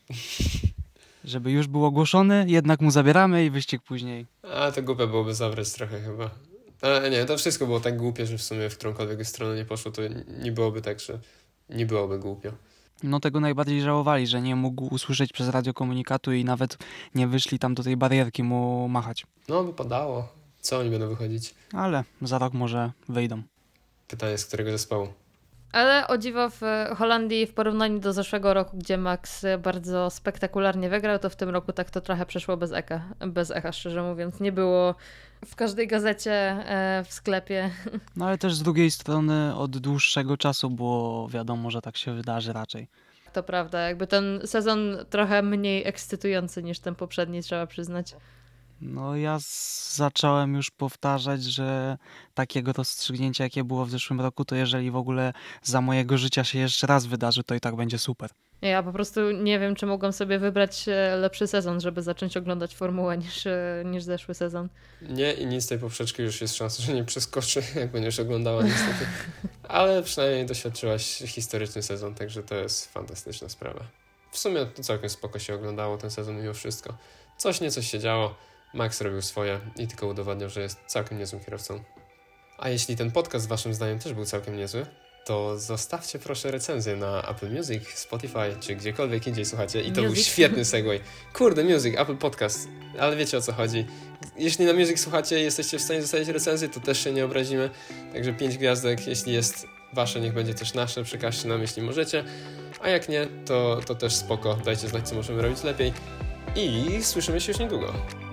Żeby już był ogłoszony, jednak mu zabieramy i wyścig później. a to głupie byłoby zabrać trochę chyba. Ale nie, to wszystko było tak głupie, że w sumie w którąkolwiek stronę nie poszło, to nie byłoby tak, że nie byłoby głupio. No tego najbardziej żałowali, że nie mógł usłyszeć przez radio komunikatu i nawet nie wyszli tam do tej barierki mu machać. No, by padało. Co oni będą wychodzić? Ale za rok może wyjdą. Pytanie, z którego zespołu? Ale o dziwo w Holandii w porównaniu do zeszłego roku, gdzie Max bardzo spektakularnie wygrał, to w tym roku tak to trochę przeszło bez echa, bez echa szczerze mówiąc. Nie było w każdej gazecie, e, w sklepie. No ale też z drugiej strony od dłuższego czasu było wiadomo, że tak się wydarzy raczej. To prawda, jakby ten sezon trochę mniej ekscytujący niż ten poprzedni, trzeba przyznać. No ja z- zacząłem już powtarzać, że takiego rozstrzygnięcia, jakie było w zeszłym roku, to jeżeli w ogóle za mojego życia się jeszcze raz wydarzy, to i tak będzie super. Ja po prostu nie wiem, czy mogłam sobie wybrać e, lepszy sezon, żeby zacząć oglądać formułę niż, e, niż zeszły sezon. Nie i nic z tej poprzeczki już jest szansa, że nie przeskoczy, jak będziesz oglądała niestety. Ale przynajmniej doświadczyłaś historyczny sezon, także to jest fantastyczna sprawa. W sumie to całkiem spoko się oglądało ten sezon mimo wszystko. Coś nie coś się działo, Max robił swoje i tylko udowadniał, że jest całkiem niezłym kierowcą. A jeśli ten podcast waszym zdaniem też był całkiem niezły, to zostawcie proszę recenzję na Apple Music, Spotify czy gdziekolwiek indziej słuchacie. I to Music. był świetny segway. Kurde, Music, Apple Podcast. Ale wiecie o co chodzi. Jeśli na Music słuchacie i jesteście w stanie zostawić recenzję, to też się nie obrazimy. Także pięć gwiazdek, jeśli jest wasze, niech będzie też nasze. Przekażcie nam, jeśli możecie. A jak nie, to, to też spoko. Dajcie znać, co możemy robić lepiej. I słyszymy się już niedługo.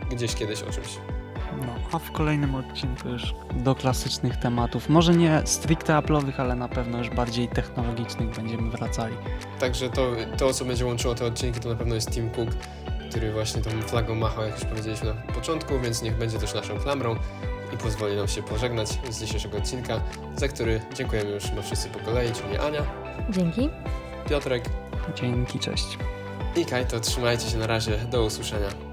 gdzieś kiedyś o czymś. No, a w kolejnym odcinku już do klasycznych tematów. Może nie stricte Apple'owych, ale na pewno już bardziej technologicznych będziemy wracali. Także to, to, co będzie łączyło te odcinki, to na pewno jest Tim Cook, który właśnie tą flagą machał, jak już powiedzieliśmy na początku, więc niech będzie też naszą klamrą i pozwoli nam się pożegnać z dzisiejszego odcinka, za który dziękujemy już chyba wszyscy po kolei, czyli Ania. Dzięki. Piotrek. Dzięki, cześć. I Kaj, to trzymajcie się na razie, do usłyszenia.